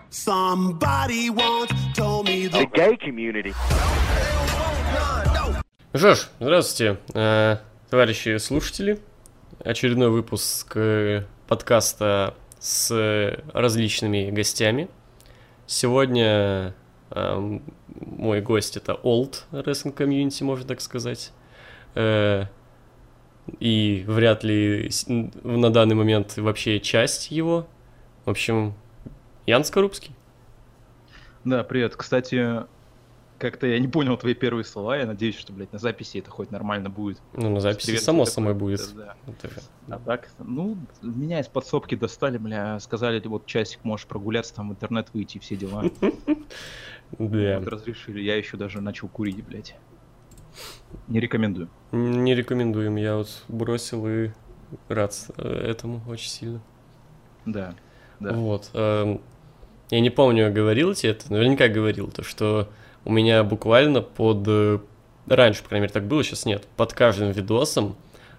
Somebody once told me the gay community. Ну что ж, здравствуйте, товарищи слушатели. Очередной выпуск подкаста с различными гостями. Сегодня мой гость — это Old Wrestling Community, можно так сказать. И вряд ли на данный момент вообще часть его. В общем, Ян Скорубский. Да, привет. Кстати, как-то я не понял твои первые слова. Я надеюсь, что, блядь, на записи это хоть нормально будет. Ну, на записи Привет, само это собой такое, будет. да. Это... А так, ну, меня из подсобки достали, бля, сказали, вот часик можешь прогуляться, там в интернет выйти, все дела. Да. Вот разрешили. Я еще даже начал курить, блядь. Не рекомендую. Не рекомендуем. Я вот бросил и рад этому очень сильно. Да, да. Вот. Я не помню, говорил тебе это, наверняка говорил, то, что у меня буквально раньше, по крайней мере, так было, сейчас нет, под каждым видосом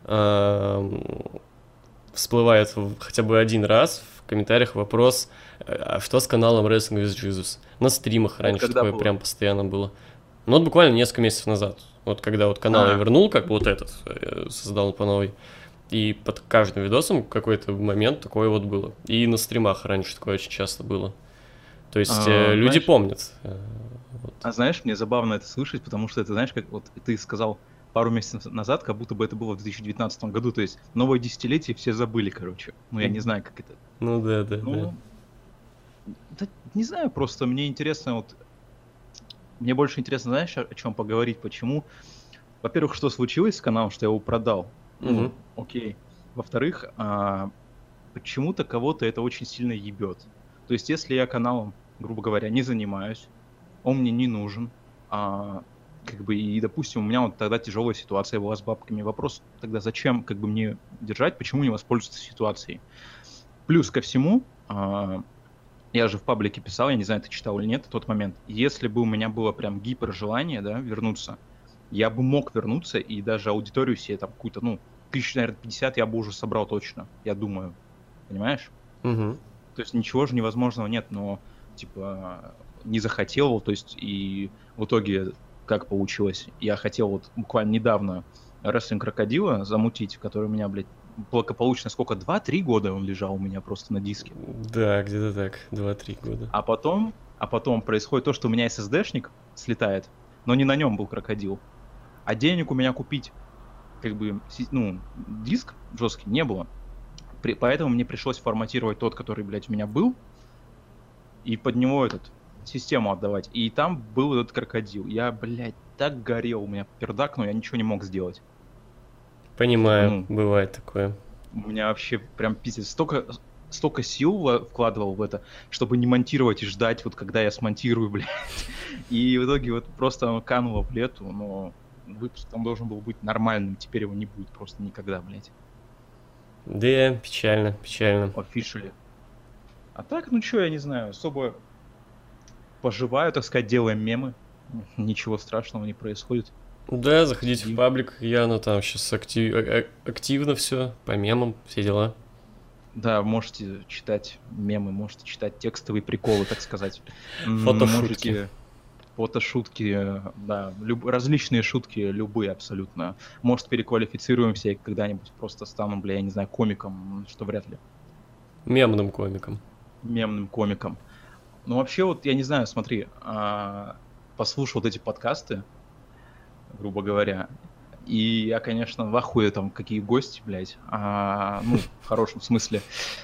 всплывает хотя бы один раз в комментариях вопрос, а что с каналом Wrestling with Jesus? На стримах раньше такое было? прям постоянно было. Ну вот буквально несколько месяцев назад, вот когда вот канал я вернул, как бы вот этот создал по новой, и под каждым видосом какой-то момент такое вот было. И на стримах раньше такое очень часто было. То есть люди знаешь, помнят. Вот. А знаешь, мне забавно это слышать, потому что это, знаешь, как вот ты сказал пару месяцев назад, как будто бы это было в 2019 году, то есть новое десятилетие все забыли, короче. Ну, я не знаю, как это. Ну да, да, Ну, да, не знаю, просто мне интересно, вот, мне больше интересно, знаешь, о чем поговорить, почему. Во-первых, что случилось с каналом, что я его продал. Ну, окей. Во-вторых, почему-то кого-то это очень сильно ебет. То есть, если я каналом, грубо говоря, не занимаюсь, он мне не нужен, как бы, и, допустим, у меня вот тогда тяжелая ситуация была с бабками. Вопрос тогда, зачем, как бы, мне держать, почему не воспользоваться ситуацией? Плюс ко всему, я же в паблике писал, я не знаю, ты читал или нет в тот момент, если бы у меня было прям гипер-желание, да, вернуться, я бы мог вернуться, и даже аудиторию себе там какую-то, ну, 1050 я бы уже собрал точно, я думаю, понимаешь? То есть ничего же невозможного нет, но, типа, не захотел, то есть, и в итоге, как получилось, я хотел вот буквально недавно рестлинг Крокодила замутить, который у меня, блядь, благополучно сколько, 2-3 года он лежал у меня просто на диске. Да, где-то так, 2-3 года. А потом происходит то, что у меня SSD-шник слетает, но не на нем был Крокодил. А денег у меня купить, как бы, ну, диск жесткий не было. Поэтому мне пришлось форматировать тот, который, блядь, у меня был, и под него систему отдавать. И там был этот Крокодил. Я, блядь, так горел, у меня пердак, но я ничего не мог сделать. Понимаю, бывает такое. У меня вообще прям пиздец. Столько сил вкладывал в это, чтобы не монтировать и ждать, вот когда я смонтирую, блядь. И в итоге вот просто оно кануло в лету, но выпуск там должен был быть нормальным, теперь его не будет просто никогда, блядь. Да, печально. Officially. А так, ну чё, я не знаю, особо поживаю, так сказать, делаем мемы. Ничего страшного не происходит. Да, заходите в паблик, Яна там сейчас активно все, по мемам, все дела. Да, можете читать мемы, можете читать текстовые приколы, так сказать. Фотошутки. Фотошутки, да, различные шутки, любые абсолютно. Может, переквалифицируемся и когда-нибудь просто стану, бля, я не знаю, комиком, что вряд ли. Мемным комиком. Мемным комиком. Ну, вообще, вот, я не знаю, смотри, послушал вот эти подкасты, грубо говоря, и я, конечно, в ахуе там, какие гости, блядь, ну, в хорошем смысле.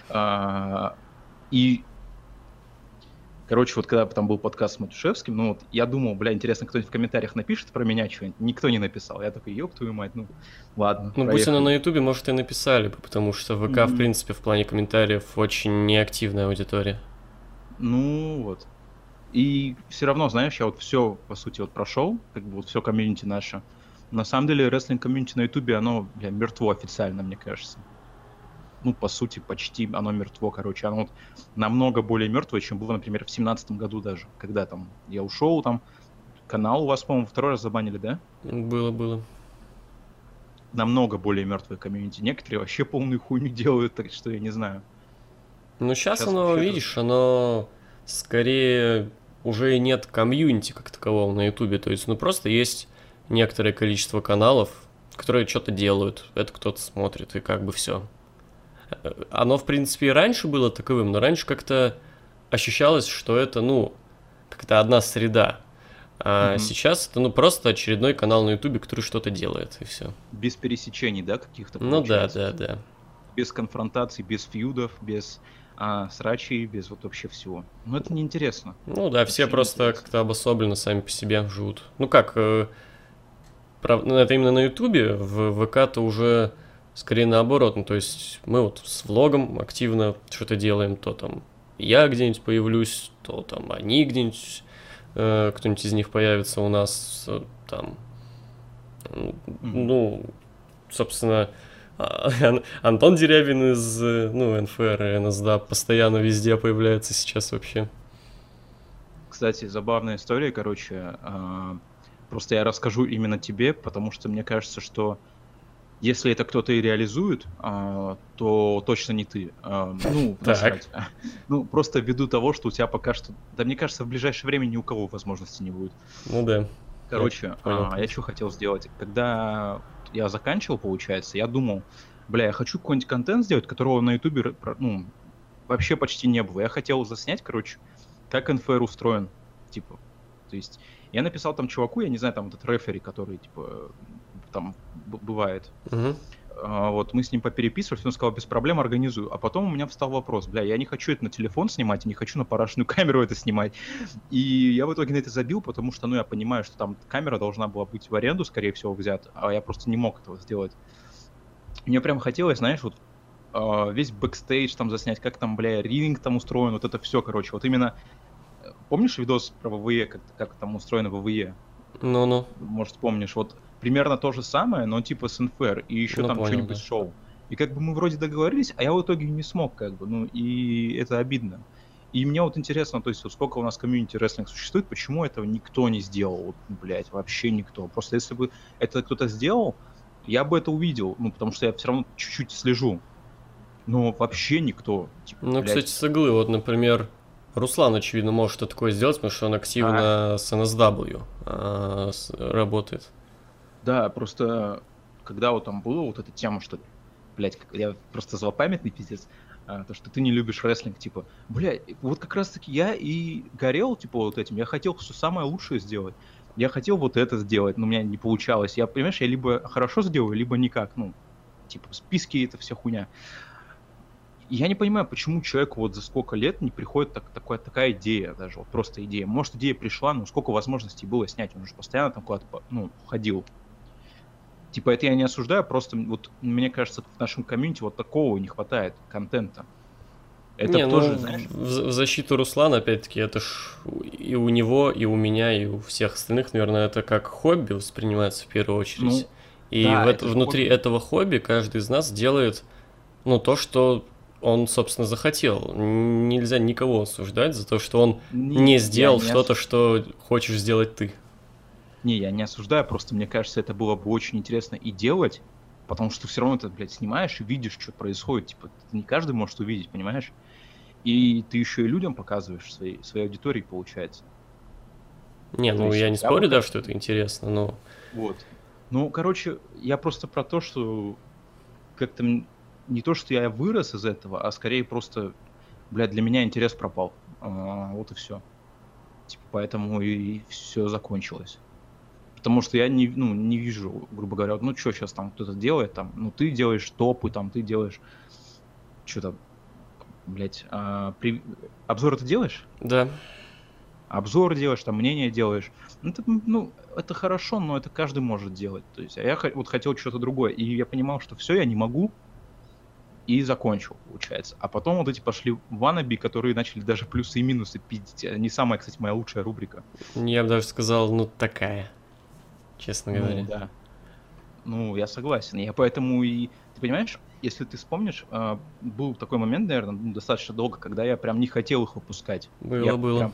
И, короче, вот когда там был подкаст с Матюшевским, ну, вот, я думал, бля, интересно, кто-нибудь в комментариях напишет про меня что-нибудь. Никто не написал. Я такой, ёб твою мать, ну, ладно, Ну, будь оно на Ютубе, может, и написали бы, потому что ВК, в принципе, в плане комментариев очень неактивная аудитория. Ну, вот. И все равно, знаешь, я вот все, по сути, вот прошел, как бы вот все комьюнити наше. На самом деле, рестлинг-комьюнити на Ютубе, оно, бля, мертво официально, мне кажется. Ну, по сути, почти оно мертво, короче. Оно вот намного более мертвое, чем было, например, в 2017 году даже. Когда там я ушел, там канал у вас, по-моему, второй раз забанили, да? Было. Намного более мертвое комьюнити. Некоторые вообще полную хуйню делают, так что я не знаю. Ну, сейчас оно, вообще видишь, оно скорее уже нет комьюнити как такового на Ютубе. То есть, ну просто есть некоторое количество каналов, которые что-то делают, это кто-то смотрит, и как бы все. Оно, в принципе, и раньше было таковым, но раньше как-то ощущалось, что это, ну, как-то одна среда. А сейчас это, ну, просто очередной канал на Ютубе, который что-то делает, и все. Без пересечений, да, каких-то Ну да, получается? да, да. Без конфронтаций, без фьюдов, без срачей, без вот вообще всего. Ну, это неинтересно. Ну да, все Вообще просто неинтересно. как-то обособленно сами по себе живут. Ну как, ну, это именно на Ютубе, в ВК-то уже скорее наоборот. Ну то есть мы вот с влогом активно что-то делаем, то там я где-нибудь появлюсь, то там они где-нибудь, кто-нибудь из них появится у нас, там, Мгм. ну, собственно, Антон Дерябин из, ну, НФР и НСДА постоянно везде появляется сейчас вообще. Кстати, забавная история, короче. Просто я расскажу именно тебе, потому что мне кажется, что если это кто-то и реализует, то точно не ты. Ну, Так, насрать. Ну, просто ввиду того, что у тебя пока что... Да, мне кажется, в ближайшее время ни у кого возможности не будет. ну да, я Короче, понял. я что хотел сделать? Когда я заканчивал, получается, я думал, бля, я хочу какой-нибудь контент сделать, которого на Ютубе, ну, вообще почти не было. Я хотел заснять, короче, как НФР устроен, типа. То есть я написал там чуваку, я не знаю, там этот рефери, который, типа, там бывает. Мгм. Вот мы с ним попереписывались, он сказал, без проблем организую. А потом у меня встал вопрос, бля, я не хочу это на телефон снимать, и не хочу на парашную камеру это снимать. И я в итоге на это забил, потому что, ну, я понимаю, что там камера должна была быть в аренду, скорее всего, взята, а я просто не мог этого сделать. Мне прям хотелось, знаешь, вот весь бэкстейдж там заснять, как там, бля, ринг там устроен, вот это все, короче. Вот именно, помнишь видос про ВВЕ, как там устроено ВВЕ? Ну-ну, Может, помнишь, вот примерно то же самое, но типа с НФР, и еще ну там понял, что-нибудь да. с шоу. И как бы мы вроде договорились, а я в итоге не смог, как бы, ну, и это обидно. И мне вот интересно, то есть, вот сколько у нас комьюнити рестлинг существует, почему этого никто не сделал, вот, блядь, вообще никто. Просто если бы это кто-то сделал, я бы это увидел, ну, потому что я все равно чуть-чуть слежу. Но вообще никто, типа, Ну, кстати, блядь, с иглы, вот, например, Руслан, очевидно, может что такое сделать, потому что он а, активно с NSW работает. да, просто когда вот там была вот эта тема, что, блядь, я просто злопамятный пиздец, то, что ты не любишь рестлинг, типа, блядь, вот как раз-таки я и горел, типа, вот этим, я хотел все самое лучшее сделать, я хотел вот это сделать, но у меня не получалось, я, понимаешь, я либо хорошо сделаю, либо никак, ну, типа, списки это вся хуйня. Я не понимаю, почему человеку вот за сколько лет не приходит такая идея даже, вот просто идея. Может, идея пришла, но сколько возможностей было снять, он же постоянно там куда-то, ну, ходил. Типа, это я не осуждаю, просто вот мне кажется, в нашем комьюнити вот такого не хватает контента. Это Не, ну, тоже, знаешь, в защиту Руслана, опять-таки, это ж и у него, и у меня, и у всех остальных, наверное, это как хобби воспринимается в первую очередь. ну, И да, это же внутри хобби. этого хобби каждый из нас делает, ну, то, что он, собственно, захотел. Нельзя никого осуждать за то, что он не Не, я сделал не, что-то, что хочешь сделать ты. не, я не осуждаю, просто мне кажется, это было бы очень интересно и делать, потому что все равно ты, блядь, снимаешь и видишь, что происходит. Типа, не каждый может увидеть, понимаешь? И ты еще и людям показываешь своей аудитории, получается. Не, То ну есть я не я бы спорю, да, что это интересно, но... вот. Ну, короче, я просто про то, что как-то не то, что я вырос из этого, а скорее просто, блядь, для меня интерес пропал. Вот и все. Типа, поэтому и все закончилось. Потому что я не, ну, не вижу, грубо говоря, вот, ну что сейчас там кто-то делает, там, ну ты делаешь топы, там ты делаешь что-то, блядь, обзор ты делаешь? Да, Обзор делаешь, там мнение делаешь. Ну, это хорошо, но это каждый может делать. То есть, а я вот хотел что-то другое. И я понимал, что все, я не могу, и закончил, получается. А потом вот эти пошли ваннаби, которые начали даже плюсы и минусы пиздить. Не самая, кстати, моя лучшая рубрика. я бы даже сказал, ну такая, честно Ну, говоря. да. Ну, я согласен. Я поэтому и... Ты понимаешь, если ты вспомнишь, был такой момент, наверное, достаточно долго, когда я прям не хотел их выпускать. Было, было.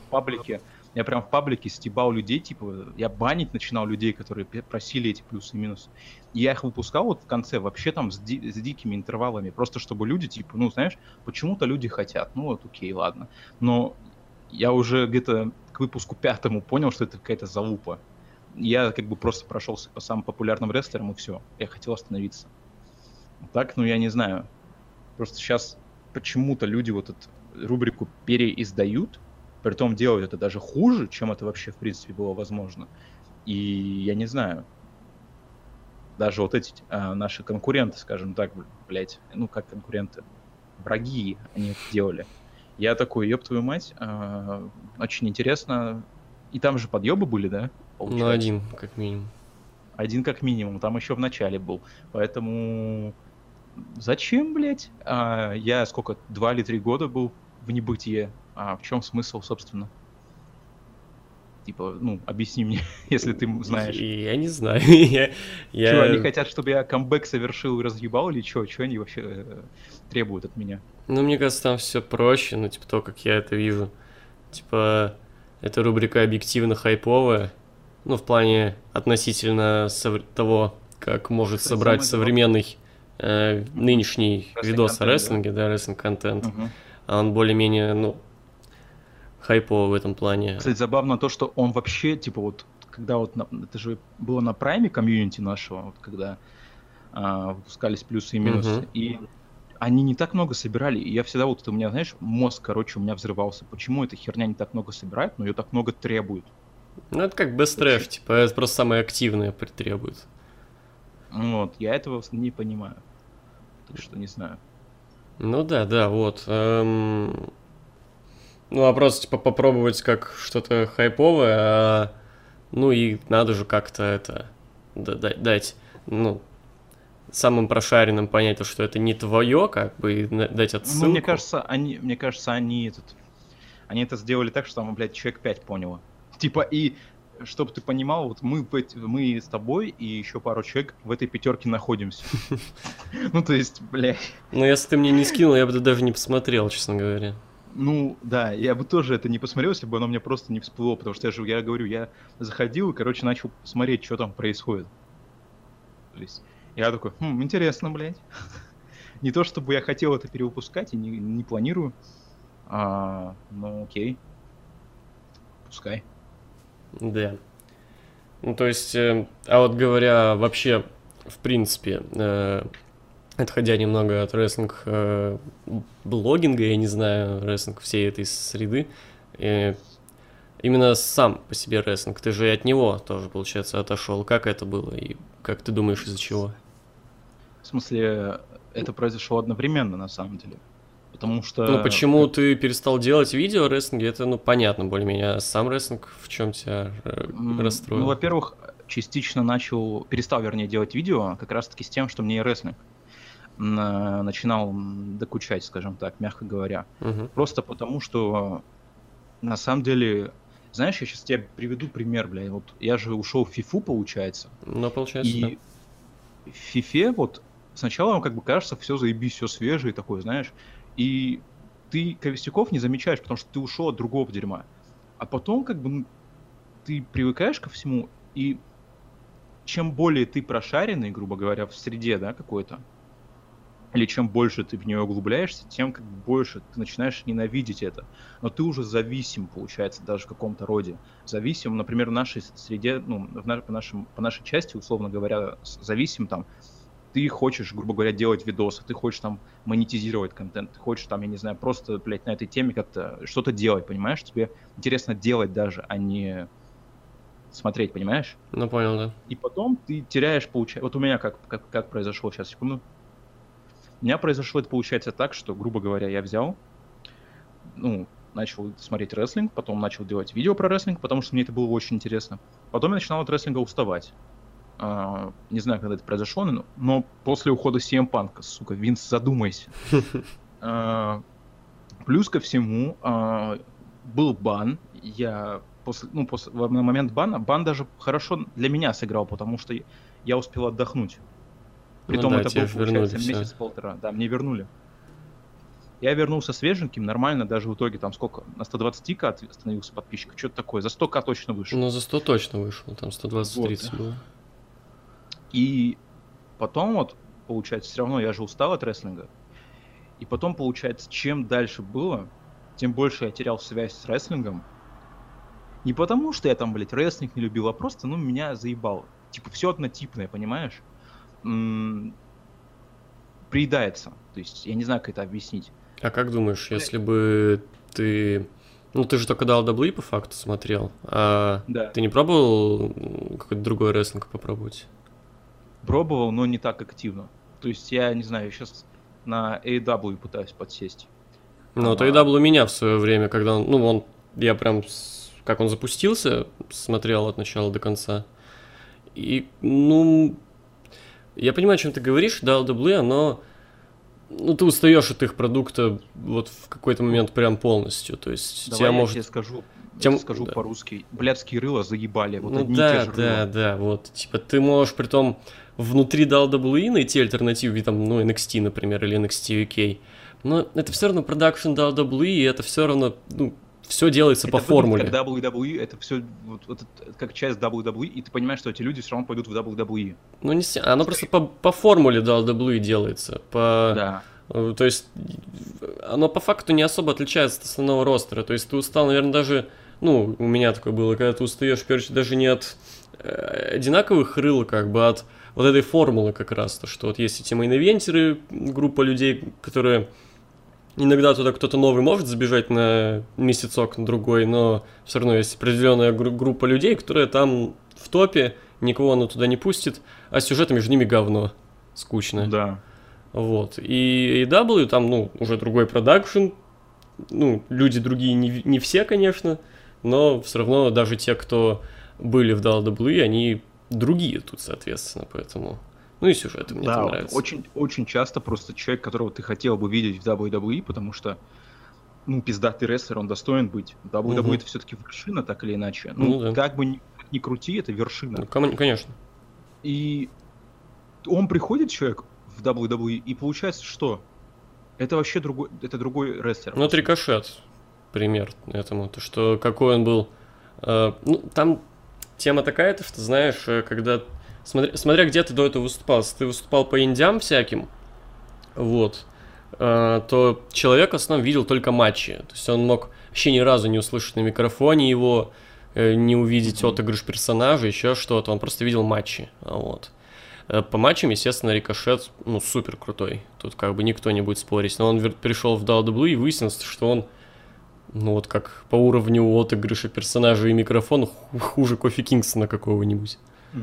Я прям в паблике стебал людей, типа, я банить начинал людей, которые просили эти плюсы и минусы. И я их выпускал вот в конце, вообще там с дикими интервалами, просто чтобы люди, типа, ну, знаешь, почему-то люди хотят. Ну, вот окей, ладно. Но я уже где-то к выпуску 5 понял, что это какая-то залупа. Я как бы просто прошелся по самым популярным рестлерам, и все. Я хотел остановиться. Так, ну я не знаю. Просто сейчас почему-то люди вот эту рубрику переиздают, притом делают это даже хуже, чем это вообще в принципе было возможно. И я не знаю. Даже вот эти наши конкуренты, скажем так, блядь, ну как конкуренты, враги, они это делали. Я такой, ёб твою мать, очень интересно. И там же подъебы были, да? Ну, один, как минимум. Один как минимум, там еще в начале был. Поэтому зачем, блядь? Я сколько, 2 или 3 года был в небытие. В чем смысл, собственно? Типа, ну, объясни мне, если ты знаешь. Я не знаю. Что, они хотят, чтобы я камбэк совершил и разъебал, или что? Что они вообще требуют от меня? Ну, мне кажется, там все проще, ну, типа, то, как я это вижу. Типа, эта рубрика объективно хайповая, ну, в плане относительно того, как может собрать современный нынешний видос о рестлинге, да, рестлинг-контент. А он более-менее, ну, хайповый в этом плане. Кстати, забавно то, что он вообще, типа, вот, когда вот, это же было на прайме комьюнити нашего, вот, когда выпускались плюсы и минусы, и они не так много собирали, и я всегда вот, это у меня, знаешь, мозг, короче, у меня взрывался. Почему эта херня не так много собирает, но ее так много требует? Ну, это как Best Ref, типа, это просто самое активное требует. Вот, я этого не понимаю. Так что не знаю. Ну да, вот. Ну, а просто, типа, попробовать как что-то хайповое, ну и надо же как-то это дать, ну, самым прошаренным понять, что это не твое, как бы, и дать отсылку. Ну, мне кажется, они это сделали так, что там, блядь, человек 5 поняло. Типа, и чтобы ты понимал, вот мы с тобой и еще пару человек в этой 5 находимся. Ну, то есть, блядь. Ну, если ты мне не скинул, я бы даже не посмотрел, честно говоря. Ну, да, я бы тоже это не посмотрел, если бы оно мне просто не всплыло, потому что я говорю, я заходил и, короче, начал смотреть, что там происходит. То есть, я такой, интересно, блядь. Не то, чтобы я хотел это перевыпускать и не планирую, ну, окей. Пускай. Да. Ну, то есть, а вот говоря вообще, в принципе, отходя немного от рестлинг-блогинга, я не знаю, рестлинг всей этой среды, именно сам по себе рестлинг, ты же и от него тоже, получается, отошел. Как это было и как ты думаешь, из-за чего? В смысле, это произошло одновременно, на самом деле. Потому что... Ну, почему ты перестал делать видео о рестлинге, это, ну, понятно более-менее. А сам рестлинг в чем тебя расстроил? Ну, во-первых, частично перестал, вернее, делать видео как раз-таки с тем, что мне рестлинг начинал докучать, скажем так, мягко говоря. Просто потому, что на самом деле, знаешь, я сейчас тебе приведу пример, бля, вот я же ушел в фифу, получается. Ну, получается, и в фифе вот сначала вам как бы кажется все заебись, все свежее такое, знаешь, и ты костяков не замечаешь, потому что ты ушел от другого дерьма. А потом как бы ты привыкаешь ко всему, и чем более ты прошаренный, грубо говоря, в среде, да, какой-то, или чем больше ты в нее углубляешься, тем как бы больше ты начинаешь ненавидеть это. Но ты уже зависим, получается, даже в каком-то роде. Зависим, например, в нашей среде, ну, по нашей части, условно говоря, зависим там, ты хочешь, грубо говоря, делать видосы, ты хочешь там монетизировать контент, ты хочешь там, я не знаю, просто, блядь, на этой теме как-то что-то делать, понимаешь? Тебе интересно делать даже, а не смотреть, понимаешь? Ну, понял, да. И потом ты теряешь, вот у меня как произошло, сейчас, секунду. У меня произошло это, получается, так, что, грубо говоря, я взял, ну, начал смотреть рестлинг, потом начал делать видео про рестлинг, потому что мне это было очень интересно. Потом я начинал от рестлинга уставать. Не знаю, когда это произошло, но после ухода CM Punk, сука, Винс, задумайся. Плюс ко всему, был бан. На момент бан даже хорошо для меня сыграл, потому что я успел отдохнуть. Притом это был, получается, месяц-полтора. Да, мне вернули. Я вернулся свеженьким, нормально, даже в итоге там сколько, на 120к остановился подписчик, что-то такое, за 100к точно вышел. Ну, за 100 точно вышел, там 120-30 вот. Было. И потом вот, получается, все равно я же устал от рестлинга. И потом, получается, чем дальше было, тем больше я терял связь с рестлингом. Не потому, что я там, блядь, рестлинг не любил, а просто, ну, меня заебало. Типа, все однотипное, понимаешь? Приедается. То есть, я не знаю, как это объяснить. А как думаешь, если бы ты... Ну, ты же только WWE по факту смотрел, а Да. ты не пробовал какой-то другой рестлинг попробовать? Пробовал, но не так активно. То есть, я не знаю, я сейчас на AEW пытаюсь подсесть. Ну, то AEW у меня в свое время, когда он... Ну, он... Я прям... Как он запустился, смотрел от начала до конца. И, ну... Я понимаю, о чем ты говоришь, WWE, оно... Ну, ты устаешь от их продукта вот в какой-то момент прям полностью, то есть Давай тебя я может... тебе скажу, Да. по-русски. Блядские рыла заебали, вот Ну одни и да, те же рыла. да, вот, типа ты можешь притом внутри WWE найти альтернативу, там, ну, NXT, например, или NXT UK, но это все равно продакшн WWE, и это все равно, ну, все делается по формуле. Как WWE, это все вот как часть WWE, и ты понимаешь, что эти люди все равно пойдут в WWE. Ну, не оно просто по формуле WWE делается, Да. То есть оно по факту не особо отличается от основного ростера. То есть ты устал, наверное, даже... Ну, у меня такое было, когда ты устаешь, в первую очередь, даже не от одинаковых рыл, как бы, а от вот этой формулы как раз. То, что вот есть эти мейн-ивентеры, группа людей, которые... Иногда туда кто-то новый может забежать на месяцок, на другой, но все равно есть определенная группа людей, которая там в топе, никого она туда не пустит, а сюжет между ними говно. Скучно. Да. Вот. И AEW там, ну, уже другой продакшн. Ну, люди другие не все, конечно, но все равно даже те, кто были в WWE, они другие тут, соответственно, поэтому... Ну и сюжеты мне там нравятся. Очень, очень часто просто человек, которого ты хотел бы видеть в WWE, потому что, ну, пиздатый рестлер, он достоин быть. WWE это все-таки вершина, так или иначе. Ну, да. как бы ни крути, это вершина. Ну, конечно. И он приходит, человек, в WWE, и получается, что это вообще другой рестлер. Ну, это Рикошет, пример этому. То, что какой он был... ну, там тема такая-то, что, знаешь, когда... Смотря где ты до этого выступал. Если ты выступал по индиам всяким, вот, то человек в основном видел только матчи. То есть он мог вообще ни разу не услышать на микрофоне его, не увидеть отыгрыш персонажа, еще что-то. Он просто видел матчи. Вот. По матчам, естественно, Рикошет, ну, супер крутой. Тут как бы никто не будет спорить. Но он пришел в WWE и выяснилось, что он, ну, вот как по уровню отыгрыша персонажа и микрофона хуже Кофи Кингстона какого-нибудь.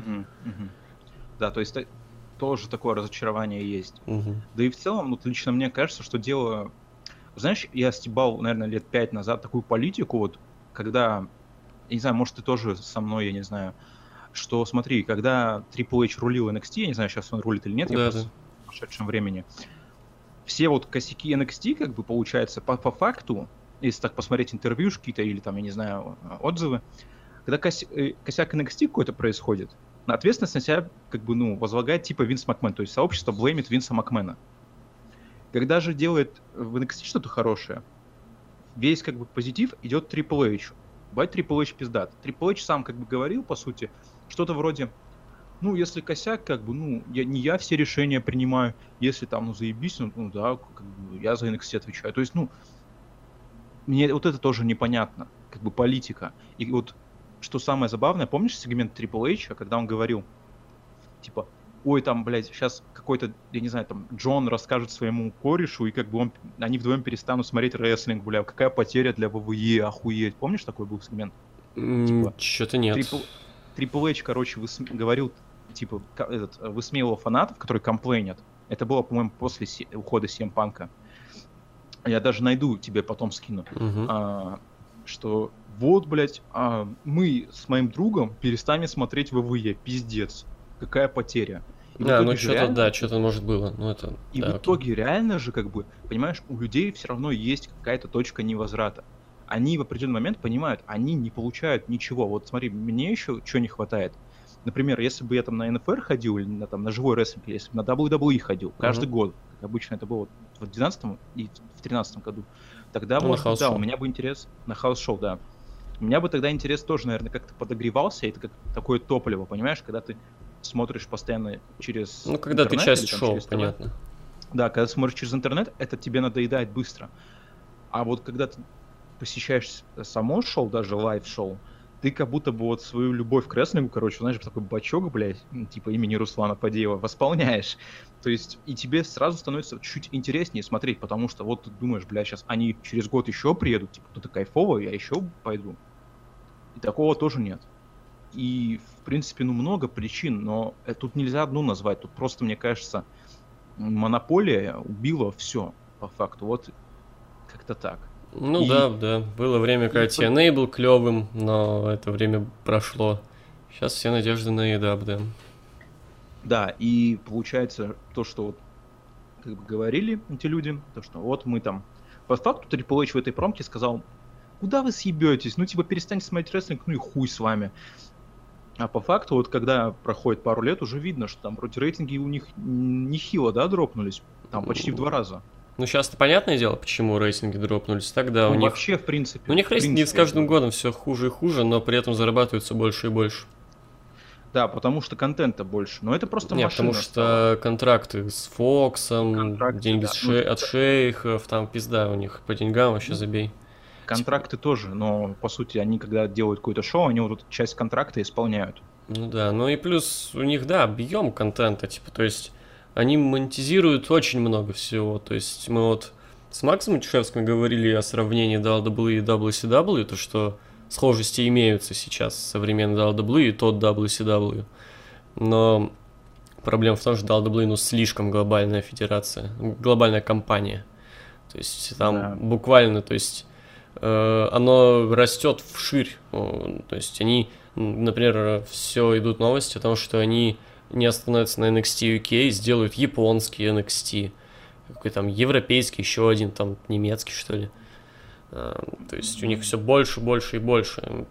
Да, то есть тоже такое разочарование есть. Да и в целом, вот лично мне кажется, что дело... Знаешь, я стебал, наверное, лет 5 назад такую политику, вот, когда... Я не знаю, может, ты тоже со мной, я не знаю... Что, смотри, когда Triple H рулил NXT, я не знаю, сейчас он рулит или нет, я просто в прошедшем времени, все вот косяки NXT, как бы, получается, по факту, если так посмотреть интервьюшки-то или там, я не знаю, отзывы, когда косяк NXT какой-то происходит, на ответственность на себя, как бы, ну, возлагает типа Винс Макмен, то есть сообщество блеймит Винса Макмена. Когда же делает в NXT что-то хорошее, весь, как бы, позитив идет Triple H. Бывает, Triple H пиздат. Triple H сам, как бы, говорил, по сути, что-то вроде, ну, если косяк, как бы, ну, я все решения принимаю, если там, ну, заебись, ну да, как бы, я за NXT отвечаю. То есть, ну, мне вот это тоже непонятно, как бы, политика. И вот, что самое забавное, помнишь сегмент Triple H, когда он говорил, типа, ой, там, блядь, сейчас какой-то, я не знаю, там, Джон расскажет своему корешу, и как бы они вдвоем перестанут смотреть рестлинг, бля, какая потеря для ВВЕ, охуеть. Помнишь, такой был сегмент? Типа, что-то нет. Triple H, короче, говорил, типа, высмеивал фанатов, которые комплейнят. Это было, по-моему, после ухода CM Punk'а. Я даже найду, тебе потом скину. Что вот, блядь, мы с моим другом перестанем смотреть ВВЕ, пиздец. Какая потеря. Да, ну что-то, реально, да, что-то может было. Ну, это, и да, в итоге реально же, как бы, понимаешь, у людей все равно есть какая-то точка невозврата. Они в определенный момент понимают, они не получают ничего. Вот смотри, мне еще чего не хватает. Например, если бы я там на НФР ходил, или на живой рестлинг, если бы на WWE ходил каждый год, как обычно это было в 2012 и в 2013 году, тогда, может быть, да, у меня бы интерес на хаус-шоу, да. У меня бы тогда интерес тоже, наверное, как-то подогревался, и это как такое топливо, понимаешь, когда ты смотришь постоянно через интернет. Ну, когда ты часть шоу, понятно. Да, когда ты смотришь через интернет, это тебе надоедает быстро. А вот когда ты посещаешь само шоу, даже лайв-шоу, ты как будто бы вот свою любовь к рестлингу, короче, знаешь, такой бачок, блядь, типа имени Руслана Фадеева, восполняешь. То есть, и тебе сразу становится чуть интереснее смотреть, потому что вот ты думаешь, блядь, сейчас они через год еще приедут, типа, кто-то кайфово, я еще пойду. И такого тоже нет. И, в принципе, ну, много причин, но тут нельзя одну назвать. Тут просто, мне кажется, монополия убила все, по факту. Вот как-то так. Ну И- да. Было время, когда TNA был клевым, но это время прошло. Сейчас все надежды на EW, да. Да, и получается то, что вот как бы говорили эти люди, то, что вот мы там... По факту Triple H в этой промке сказал, куда вы съебетесь? Ну, типа, перестаньте смотреть рестлинг, ну и хуй с вами. А по факту, вот когда проходит пару лет, уже видно, что там вроде рейтинги у них нехило, да, дропнулись. Там почти в 2 раза. Ну, сейчас-то понятное дело, почему рейтинги дропнулись. Тогда Ну, у них... вообще, в принципе. У них в рейтинги принципе, с каждым годом все хуже и хуже, но при этом зарабатываются больше и больше. Да, потому что контента больше. Но это просто Не, машина потому стала. что контракты с Фоксом, Контракты, деньги да. Ну, от шейхов, там пизда у них. По деньгам вообще забей. Контракты тоже, но, по сути, они, когда делают какое-то шоу, они вот эту часть контракта исполняют. Ну да, ну и плюс у них, да, объем контента, типа, то есть они монетизируют очень много всего. То есть мы вот с Максом Матюшевским говорили о сравнении WWE и WCW, то что схожести имеются сейчас современный WWE и тот WCW. Но проблема в том, что WWE, ну, слишком глобальная федерация, глобальная компания. То есть там Да. буквально, то есть оно растет вширь. То есть они, например, все идут новости о том, что они не остановятся на NXT UK, сделают японский NXT, какой там европейский, еще один, там немецкий, что ли. То есть у них все больше, больше и больше.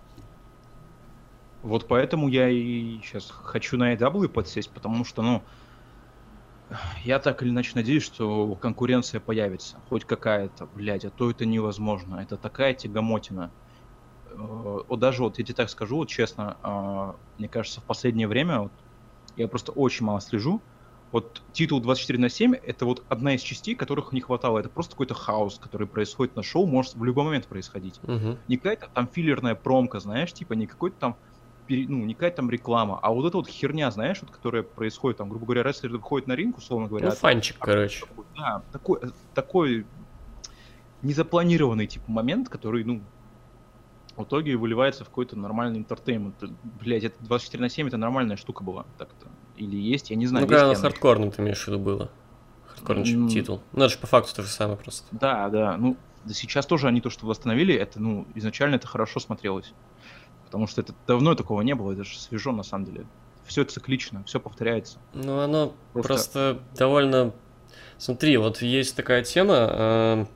Вот поэтому я и сейчас хочу на AEW подсесть, потому что, ну, я так или иначе надеюсь, что конкуренция появится. Хоть какая-то, блядь, а то это невозможно. Это такая тягомотина. Вот даже вот, я тебе так скажу, вот честно, мне кажется, в последнее время, вот, я просто очень мало слежу. Вот титул 24/7 это вот одна из частей, которых не хватало. Это просто какой-то хаос, который происходит на шоу, может в любой момент происходить. Угу. Не какая-то там филлерная промка, знаешь, типа не какой-то там ну, не какая-то там реклама, а вот эта вот херня, знаешь, вот, которая происходит, там, грубо говоря, рестлер выходит на ринг, условно говоря. Ну, фанчик, короче. Да, такой незапланированный, типа, момент, который, ну, в итоге выливается в какой-то нормальный интертеймент. Блять, это 24/7, это нормальная штука была так-то. Или есть, я не знаю. Ну, когда есть на хардкорном ты имеешь в виду было. Хардкорный титул. Ну, это же по факту то же самое просто. Да, ну, да сейчас тоже они то, что восстановили, это, ну, изначально это хорошо смотрелось. Потому что это давно такого не было, это же свежо на самом деле. Все циклично, все повторяется. Ну, оно просто довольно... Смотри, вот есть такая тема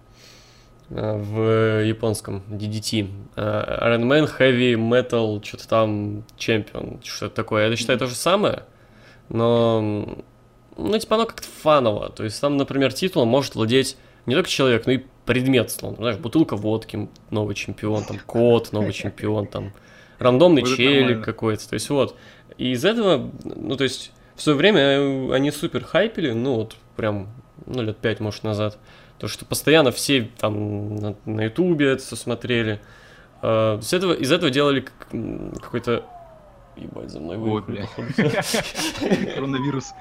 в японском DDT. Iron Man Heavy Metal, что-то там Champion, что-то такое. Я считаю, то же самое, но... Ну, типа, оно как-то фаново. То есть там, например, титулом может владеть не только человек, но и предмет, словно. Знаешь, бутылка водки, новый чемпион, там, кот, новый чемпион, там, рандомный челик какой-то. То есть вот. И из этого, ну, то есть, в свое время они супер хайпили, ну, вот, прям, ну, лет 5, может, назад. То, что постоянно все там на Ютубе это все смотрели. Из этого делали какой-то... Ебать, за мной выехали, походу. Коронавирус.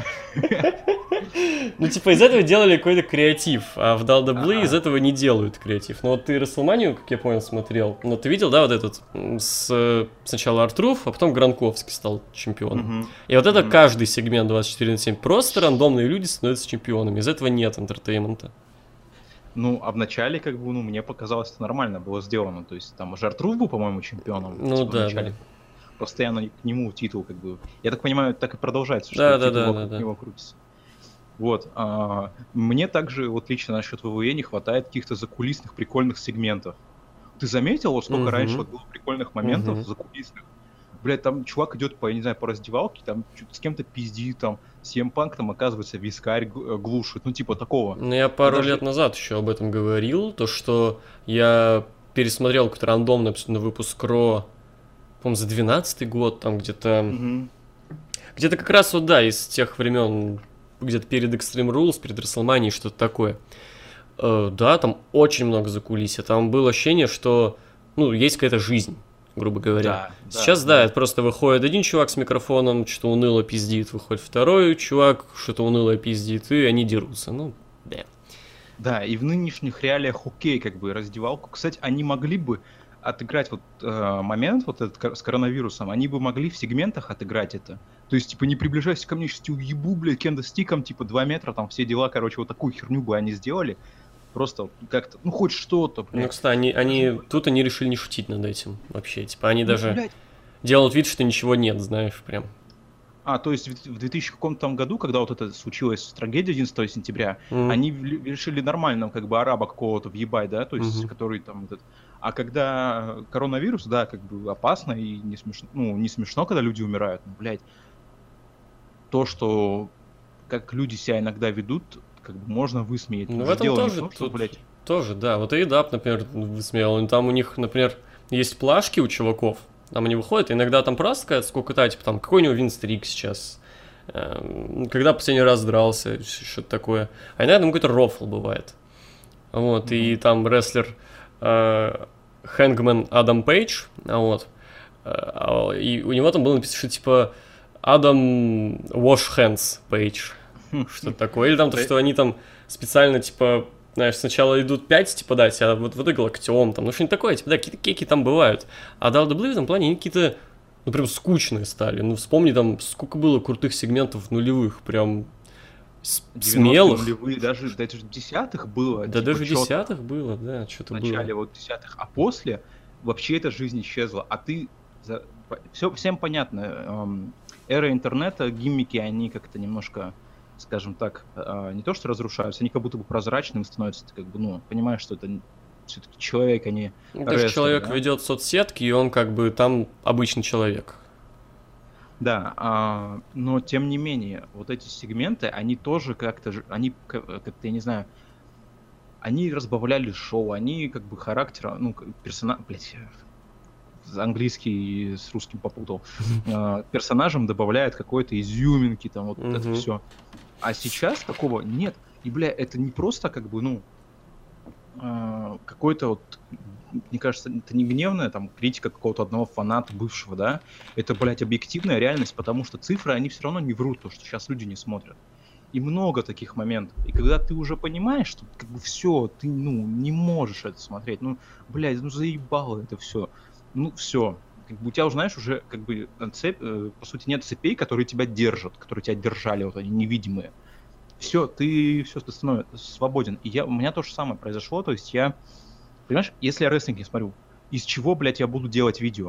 Ну, типа, из этого делали какой-то креатив, а в WWE из этого не делают креатив. Ну, вот ты WrestleMania, как я понял, смотрел. Ну, ты видел, да, вот этот, сначала Артруф, а потом Гранковский стал чемпионом. И вот это каждый сегмент 24/7. Просто рандомные люди становятся чемпионами. Из этого нет интертеймента. Ну, а в начале, как бы, ну, мне показалось, это нормально было сделано. То есть, там уже Артруф был, по-моему, чемпионом. Ну, типа, да, да. Постоянно к нему титул, как бы. Я так понимаю, так и продолжается, что титул вокруг него крутится. Вот. Мне также, вот лично насчет ВВЕ, не хватает каких-то закулисных прикольных сегментов. Ты заметил, вот сколько раньше вот было прикольных моментов закулисных? Блядь, там чувак идет по, я не знаю, по раздевалке, там с кем-то пиздит, там, CM Punk там, оказывается, вискарь глушит, ну, типа такого. Ну, я пару лет назад еще об этом говорил, то, что я пересмотрел какой-то рандомный абсолютно выпуск Ро, по-моему, за 12-й год, там где-то... Где-то как раз вот, да, из тех времен, где-то перед Extreme Rules, перед WrestleMania, что-то такое. Да, там очень много закулисья. Там было ощущение, что, ну, есть какая-то жизнь, грубо говоря. Сейчас, да, это просто выходит один чувак с микрофоном, что-то уныло пиздит, выходит второй чувак, что-то уныло пиздит, и они дерутся. Ну, да. Да, и в нынешних реалиях окей, как бы, раздевалку. Кстати, они могли бы отыграть вот момент вот этот с коронавирусом, они бы могли в сегментах отыграть это. То есть, типа, не приближайся ко мне, сейчас тебя уебу, блядь, кендо-стиком, типа, 2 метра, там, все дела, короче, вот такую херню бы они сделали. Просто как-то, ну, хоть что-то, блядь. Ну, кстати, тут они решили не шутить над этим вообще. Типа, они даже блядь. делают вид, что ничего нет, знаешь, прям. То есть в 2000 каком-то году, когда вот это случилось, трагедия 11 сентября, они решили нормально, как бы, араба какого-то въебать, да, то есть, который там этот... А когда коронавирус, да, как бы опасно и не смешно, ну, не смешно, когда люди умирают, ну, блядь, то, что как люди себя иногда ведут, как бы можно высмеять. Ну, в этом тоже, тоже, да, вот Эйдап, например, высмеял, там у них, например, есть плашки у чуваков, там они выходят, иногда там просто какая-то сколько-то, типа там, какой у него винстрик сейчас, когда последний раз дрался, что-то такое. А иногда там какой-то рофл бывает. Вот, и там рестлер Хэнгмен Адам Пейдж, вот, и у него там было написано, что типа Адам Wash Hands Page, что-то такое. Или там то, что они там специально, типа, знаешь, сначала идут 5, типа, дать, а вот в итоге локтем, там, ну что-нибудь такое, типа, да, какие-то кеки там бывают. А WWE в этом плане, они какие-то, ну, прям скучные стали. Ну, вспомни, там, сколько было крутых сегментов нулевых, прям смелых. Нулевые, даже в десятых было. Да, типа, даже в десятых было, да, что-то было. В начале вот десятых, а после вообще эта жизнь исчезла. А ты... Все, всем понятно, эра интернета, гиммики, они как-то немножко, скажем так, не то что разрушаются, они как будто бы прозрачными становятся. Ты как бы, ну, понимаешь, что это все-таки человек, а не даже человек ведет соцсетки, и он как бы там обычный человек. Да, но тем не менее, вот эти сегменты, они тоже как-то, они как-то, я не знаю, они разбавляли шоу, они как бы характера, ну, персонаж, блядь, английский с русским попутал, персонажам добавляет какой-то изюминки, там, вот это все. А сейчас такого нет. И, бля, это не просто как бы, ну, какой-то вот, мне кажется, это не гневная там критика какого-то одного фаната бывшего, да, это, блядь, объективная реальность, потому что цифры, они все равно не врут, то, что сейчас люди не смотрят. И много таких моментов. И когда ты уже понимаешь, что как бы все, ты, ну, не можешь это смотреть, ну, блядь, ну, заебало это все. Ну, все. Как бы у тебя уже, знаешь, уже как бы цепь, по сути, нет цепей, которые тебя держат, которые тебя держали, вот они невидимые. Все, ты становишься свободен. И у меня то же самое произошло, то есть я, понимаешь, если я рестлинг не смотрю, из чего, блядь, я буду делать видео?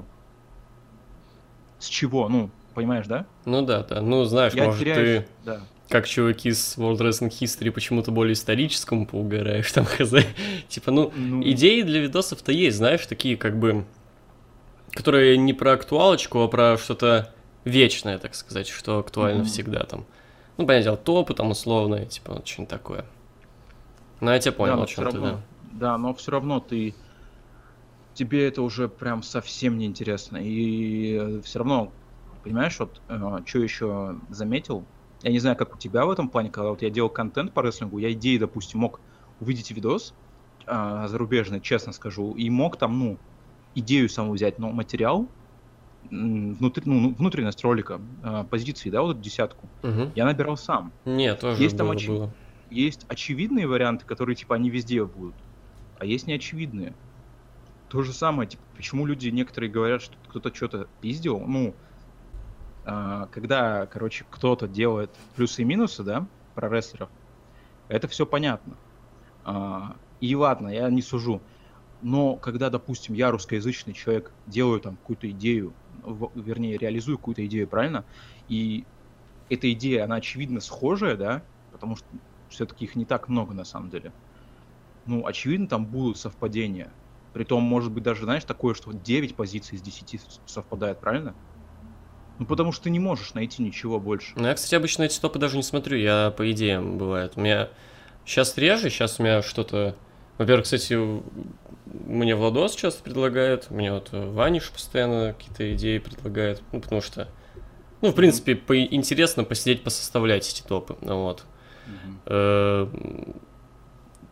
С чего? Ну, понимаешь, да? Ну да, ну знаешь, я может теряюсь, ты, да. Как чуваки с World Wrestling History почему-то более историческому поугараешь, там, хз. Типа, ну, идеи для видосов-то есть, знаешь, такие как бы, которые не про актуалочку, а про что-то вечное, так сказать, что актуально всегда там. Ну, понятное дело, топы там условные, типа, вот что-нибудь такое. Ну, я тебя понял, о чем ты, да. Да, но все равно тебе это уже прям совсем не интересно. И все равно, понимаешь, вот, что еще заметил, я не знаю, как у тебя в этом плане, когда вот я делал контент по рестлингу, я идеи, допустим, мог увидеть видос зарубежный, честно скажу, и мог там, ну, идею саму взять, но материал, внутренность ролика, позиции, да, вот эту десятку, я набирал сам. Нет, тоже есть было. Есть очевидные варианты, которые, типа, они везде будут, а есть неочевидные. То же самое, типа, почему люди некоторые говорят, что кто-то что-то пиздил, ну, когда, короче, кто-то делает плюсы и минусы, да, про рестлеров, это все понятно. И ладно, я не сужу. Но когда, допустим, я русскоязычный человек, делаю там какую-то идею, вернее, реализую какую-то идею, правильно? И эта идея, она очевидно схожая, да, потому что все-таки их не так много на самом деле. Ну, очевидно, там будут совпадения. Притом, может быть, даже, знаешь, такое, что 9 позиций из 10 совпадает, правильно? Ну, потому что ты не можешь найти ничего больше. Ну, я, кстати, обычно эти топы даже не смотрю, я по идеям бывает. У меня сейчас реже, сейчас у меня что-то... Во-первых, кстати, мне Владос часто предлагает, мне вот Ваниш постоянно какие-то идеи предлагает, ну, потому что, ну, в принципе, интересно посидеть, посоставлять эти топы, вот.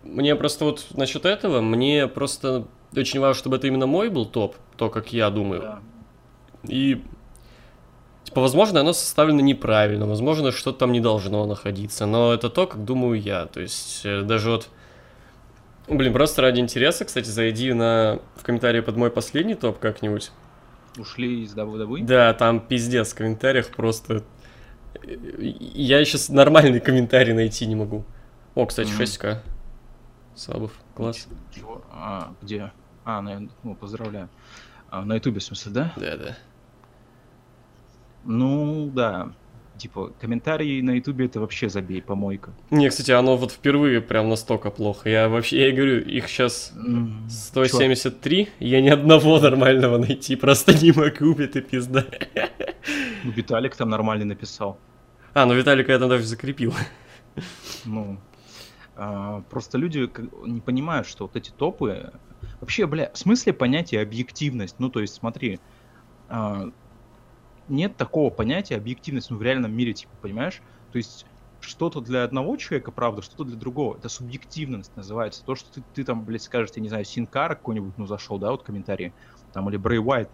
мне просто вот насчет этого, мне просто очень важно, чтобы это именно мой был топ, то, как я думаю. Да. И, типа, возможно, оно составлено неправильно, возможно, что-то там не должно находиться, но это то, как думаю я. То есть, даже вот, блин, просто ради интереса, кстати, зайди в комментарии под мой последний топ как-нибудь. Ушли из WWE? Да, там пиздец в комментариях просто... Я сейчас нормальный комментарий найти не могу. О, кстати, 6К. Сабов, класс. Чего? Где? Поздравляю. На Ютубе, в смысле, да? Да. Ну, да. Типа, комментарии на Ютубе это вообще забей, помойка. Не, кстати, оно вот впервые прям настолько плохо. Я говорю, их сейчас 173, я ни одного нормального найти просто не могу, это пизда. Ну, Виталик там нормально написал. Ну Виталика я там даже закрепил. Ну, просто люди не понимают, что вот эти топы... Вообще, в смысле понятия объективность? Ну, то есть, смотри, нет такого понятия объективность, в реальном мире, типа, понимаешь? То есть, что-то для одного человека правда, что-то для другого. Это субъективность называется. То, что ты там, скажешь, я не знаю, Синкара какой-нибудь, зашел, да, вот комментарий, там, или Брэй Уайт,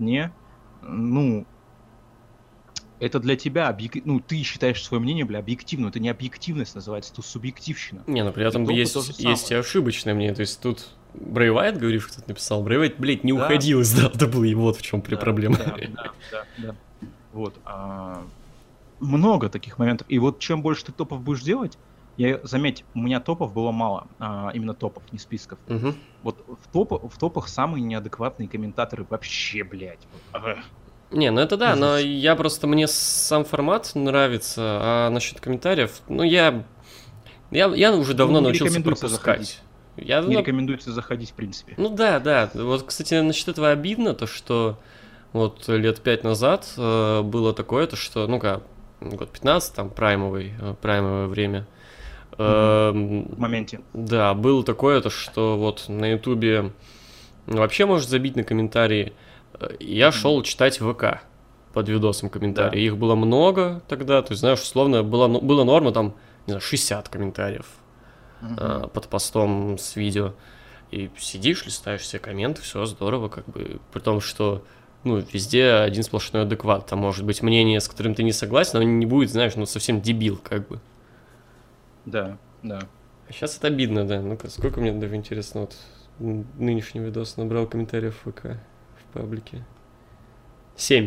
это для тебя, ты считаешь свое мнение, объективным. Это не объективность называется, это субъективщина. Не, но при этом есть и ошибочное мнение. То есть тут Брэй Уайт, говоришь, кто-то написал. Брэй Уайт, блядь, не уходил из WWE, вот в чем проблема. Да. Вот. Много таких моментов. И вот чем больше ты топов будешь делать, заметь, у меня топов было мало. Именно топов, не списков. Угу. Вот в топах самые неадекватные комментаторы вообще, блядь. Не, это да, но мне сам формат нравится, а насчет комментариев, я уже давно научился пропускать. Не рекомендуется заходить, в принципе. Ну да. Вот, кстати, насчет этого обидно, то что вот лет 5 назад было такое, то что, год 15, там, праймовое время. В моменте. Да, было такое, то что вот на Ютубе вообще можешь забить на комментарии. Я шел читать ВК под видосом комментарии. Да. Их было много тогда, то есть, знаешь, условно, была норма там, не знаю, 60 комментариев под постом с видео. И сидишь, листаешь все комменты, все здорово, при том, что, везде один сплошной адекват. Там может быть мнение, с которым ты не согласен, но не будет, знаешь, совсем дебил, Да. А сейчас это обидно, да. Ну-ка, сколько мне даже интересно, вот нынешний видос набрал комментариев в ВК. Паблике. 7.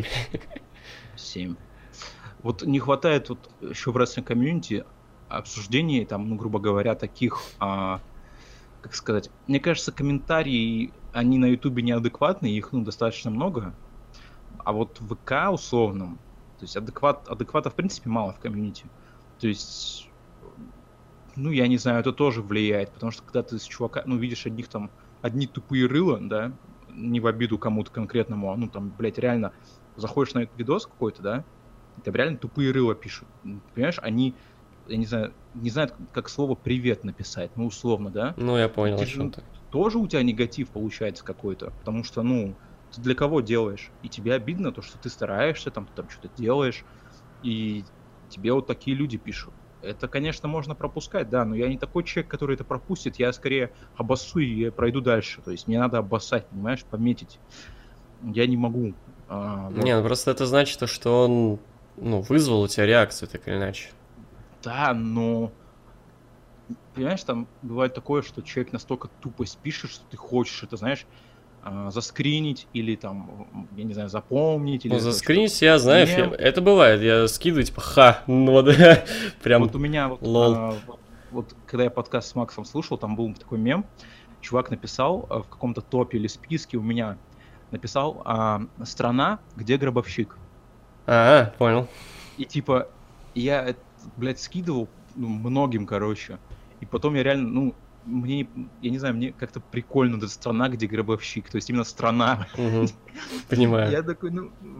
Вот не хватает еще в рестлинг-комьюнити обсуждений, там, грубо говоря, таких, как сказать, мне кажется, комментарии, они на Ютубе неадекватные, их, достаточно много, а вот в ВК условном, то есть адеквата в принципе мало в комьюнити, то есть, я не знаю, это тоже влияет, потому что когда ты с чувака, видишь одни тупые рыла, да, не в обиду кому-то конкретному, реально заходишь на этот видос какой-то, да, и там реально тупые рыла пишут. Понимаешь, они, я не знают, как слово «привет» написать, условно, да. Я понял, о чем ты. Тоже у тебя негатив получается какой-то, потому что, ты для кого делаешь? И тебе обидно то, что ты стараешься, ты там что-то делаешь, и тебе вот такие люди пишут. Это, конечно, можно пропускать, да, но я не такой человек, который это пропустит, я скорее обоссу и пройду дальше. То есть мне надо обоссать, понимаешь, пометить. Я не могу. Не, просто это значит, что он, вызвал у тебя реакцию, так или иначе. Да, но, понимаешь, там бывает такое, что человек настолько тупо пишет, что ты хочешь это, знаешь, заскринить или там, я не знаю, запомнить. Или заскринить я, знаешь, это бывает, я скидываю, типа, прям вот у меня лол. Вот когда я подкаст с Максом слушал, там был такой мем, чувак написал в каком-то топе или списке у меня, написал «Страна, где гробовщик». Понял. И типа, я, скидывал многим, короче, и потом я реально, я не знаю, мне как-то прикольно, эта страна, где гробовщик, то есть именно страна. Понимаю. Я такой,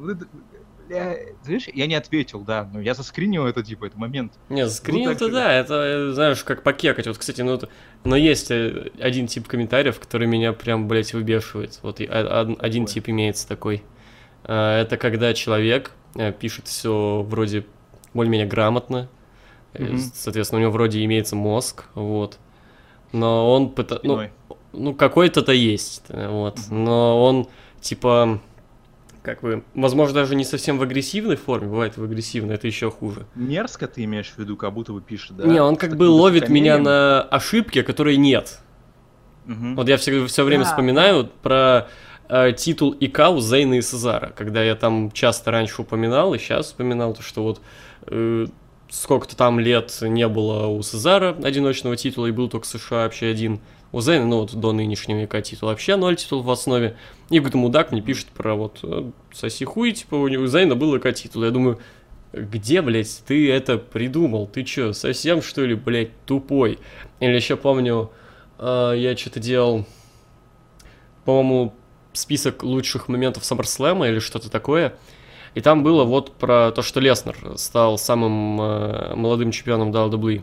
знаешь, я не ответил, да, но я заскринил это момент. Не, заскринил-то да, это, знаешь, как покекать. Вот, кстати, но есть один тип комментариев, который меня прям, выбешивает. Вот один тип имеется такой. Это когда человек пишет все вроде более-менее грамотно, соответственно, у него вроде имеется мозг, вот. но он ну какой-то-то есть, вот, но он, типа, как бы, возможно, даже не совсем в агрессивной форме, бывает в агрессивной, это еще хуже. Мерзко ты имеешь в виду, как будто бы пишет, да? Не, он как бы ловит меня на ошибки, которые нет. Вот я все время вспоминаю про титул ИК у Зейна и Сезара, когда я там часто раньше упоминал, и сейчас вспоминал, то, что вот сколько-то там лет не было у Сезара одиночного титула, и был только США вообще один. У Зейна, ну вот до нынешнего ИК титула вообще 0 титулов в основе. И какой-то мудак мне пишет про вот соси хуй, типа у Зейна был ИК титул. Я думаю, где, блядь, ты это придумал? Ты чё, совсем что ли, блядь, тупой? Или еще помню, я что-то делал, по-моему, список лучших моментов SummerSlam или что-то такое. И там было вот про то, что Леснер стал самым молодым чемпионом WWE.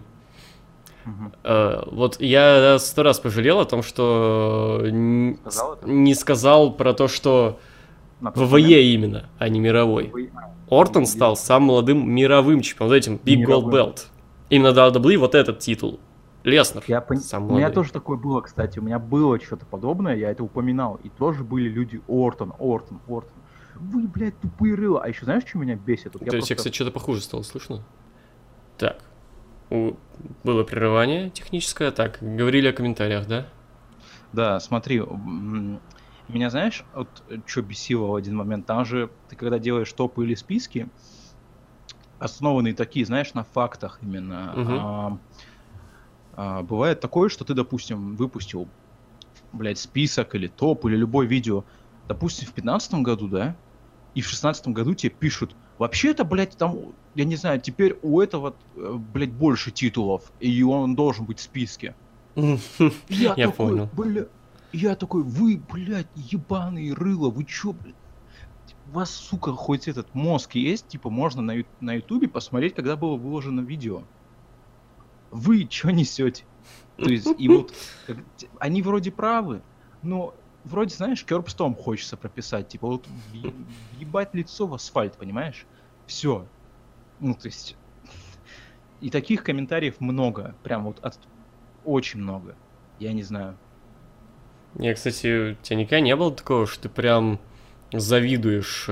Вот я 100 раз пожалел о том, что не сказал про то, что ВВЕ именно, а не мировой. Ортон стал самым молодым мировым чемпионом, вот этим Big Gold Belt. Именно WWE вот этот титул. Леснер. У меня тоже такое было, кстати. У меня было что-то подобное, я это упоминал. И тоже были люди Ортон. Вы, блядь, тупые рыла. А еще знаешь, что меня бесит? Вот то есть, я, кстати, что-то похуже стало слышно. Так. Было прерывание техническое. Так, говорили о комментариях, да? Да, смотри. Меня, знаешь, вот что бесило в один момент? Там же ты, когда делаешь топы или списки, основанные такие, знаешь, на фактах именно... бывает такое, что ты, допустим, выпустил, блядь, список или топ, или любое видео, допустим, в 2015 году, да, и в 2016 году тебе пишут, вообще-то, блядь, там, я не знаю, теперь у этого, блядь, больше титулов, и он должен быть в списке. Я понял. Я такой, вы, блядь, ебаные рыла, вы чё, блядь? У вас, сука, хоть этот мозг есть, типа, можно на ютубе посмотреть, когда было выложено видео. Вы чё несете? То есть, и вот, они вроде правы, но вроде, знаешь, кёрбстом хочется прописать, типа, вот ебать лицо в асфальт, понимаешь? Все. Ну, то есть, и таких комментариев много, прям вот очень много, я не знаю. Не, кстати, у тебя никогда не было такого, что ты прям завидуешь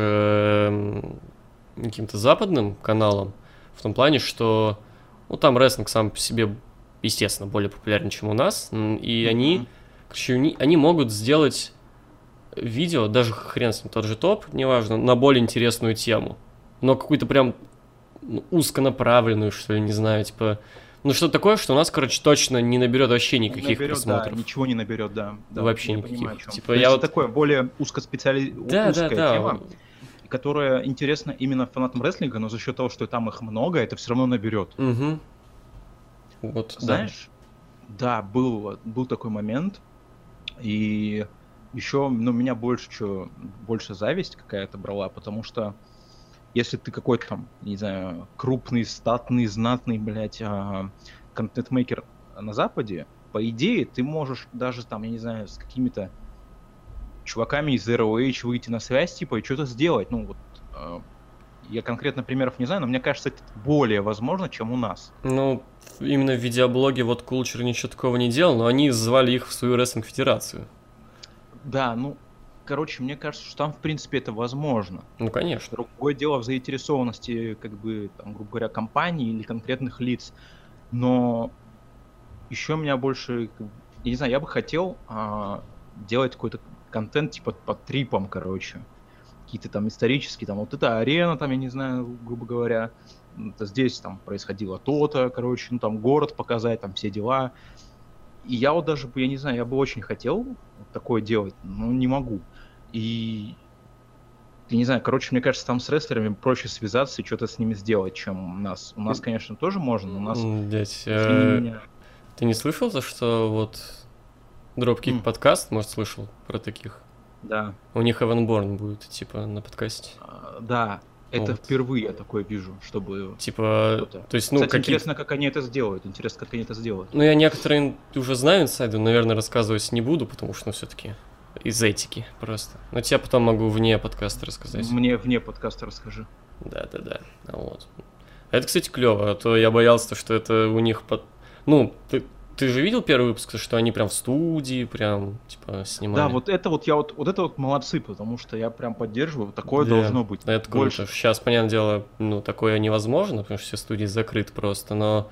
каким-то западным каналам, в том плане, что, ну, там рестлинг сам по себе, естественно, более популярен, чем у нас, и они, короче, они могут сделать видео, даже хрен с ним, тот же топ, неважно, на более интересную тему, но какую-то прям узконаправленную, что ли, не знаю, типа... Ну, что-то такое, что у нас, короче, точно не наберет вообще никаких просмотров. Да, ничего не наберет, да. Вообще никаких. Понимаю, типа, я вот такое более узкая тема, которая интересна именно фанатам рестлинга, но за счет того, что там их много, это все равно наберет. Угу. Вот, знаешь, да, был такой момент, и еще, ну, меня больше зависть какая-то брала, потому что если ты какой-то там, не знаю, крупный, статный, знатный, блядь, контент-мейкер на Западе, по идее, ты можешь даже там, я не знаю, с какими-то чуваками из ROH выйти на связь, типа, и что-то сделать. Ну, вот, я конкретно примеров не знаю, но мне кажется, это более возможно, чем у нас. Ну, именно в видеоблоге вот Culture ничего такого не делал, но они звали их в свою рестлинг-федерацию. Да, ну, короче, мне кажется, что там, в принципе, это возможно. Ну, конечно. Другое дело в заинтересованности, как бы, там, грубо говоря, компаний или конкретных лиц. Но еще меня больше, я не знаю, я бы хотел делать какой-то контент, типа, по трипам, короче. Какие-то там исторические, там, вот эта арена, там, я не знаю, грубо говоря, это здесь там происходило то-то, короче, ну, там, город показать, там, все дела. И я вот даже, я не знаю, я бы очень хотел вот такое делать, но не могу. И, я не знаю, короче, мне кажется, там с рестлерами проще связаться и что-то с ними сделать, чем у нас. У нас, конечно, тоже можно, но у нас... Дядь, ты не слышал, за что вот Dropkick подкаст, может, слышал про таких? Да. У них Evan Bourne будет, типа, на подкасте. Да, это вот. Впервые я такое вижу, чтобы... Типа, то есть, ну, кстати, интересно, как они это сделают. Ну, я некоторые уже знаю инсайды, наверное, рассказывать не буду, потому что, ну, все-таки из этики просто. Но тебе потом могу вне подкаста рассказать. Мне вне подкаста расскажи. Да. Вот. Это, кстати, клево, а то я боялся, что это у них... Ну, ты же видел первый выпуск, что они прям в студии, прям, типа, снимали? Да, вот это вот вот это вот молодцы, потому что я прям поддерживаю, такое Да, должно быть. это Больше. круто. Сейчас, понятное дело, ну, такое невозможно, потому что все студии закрыты просто, но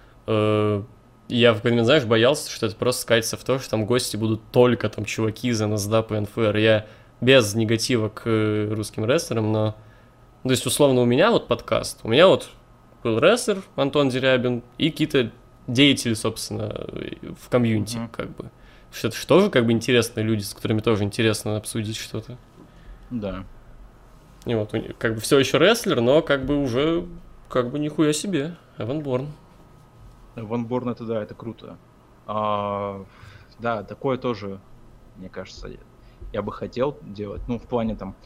я в какой-то момент, знаешь, боялся, что это просто скатится в то, что там гости будут только там чуваки из NSDAP и НФР. Я без негатива к русским рестлерам, но... То есть, условно, у меня вот подкаст, у меня вот был рестлер Антон Дерябин и какие-то деятели, собственно, в комьюнити, как бы. Что это же тоже как бы интересные люди, с которыми тоже интересно обсудить что-то. Да. И вот, как бы все еще рестлер, но как бы уже, как бы нихуя себе, Эван Борн. Эван Борн, это да, это круто. Да, такое тоже, мне кажется, я бы хотел делать. Ну, в плане там...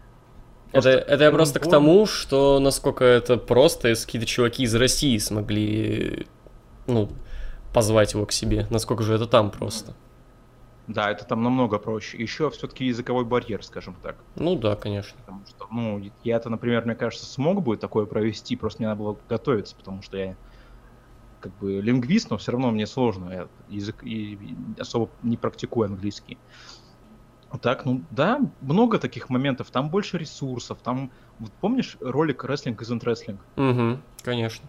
Это я просто к тому, что насколько это просто, если какие-то чуваки из России смогли, ну, позвать его к себе, насколько же это там просто. Да, это там намного проще. Еще все-таки языковой барьер, скажем так. Ну да, конечно. Потому что, ну, я-то, например, мне кажется, смог бы такое провести, просто мне надо было готовиться, потому что я как бы лингвист, но все равно мне сложно. Я язык и особо не практикую английский. Так, ну да, много таких моментов, там больше ресурсов, там, вот помнишь ролик «Wrestling isn't wrestling»? Угу, конечно.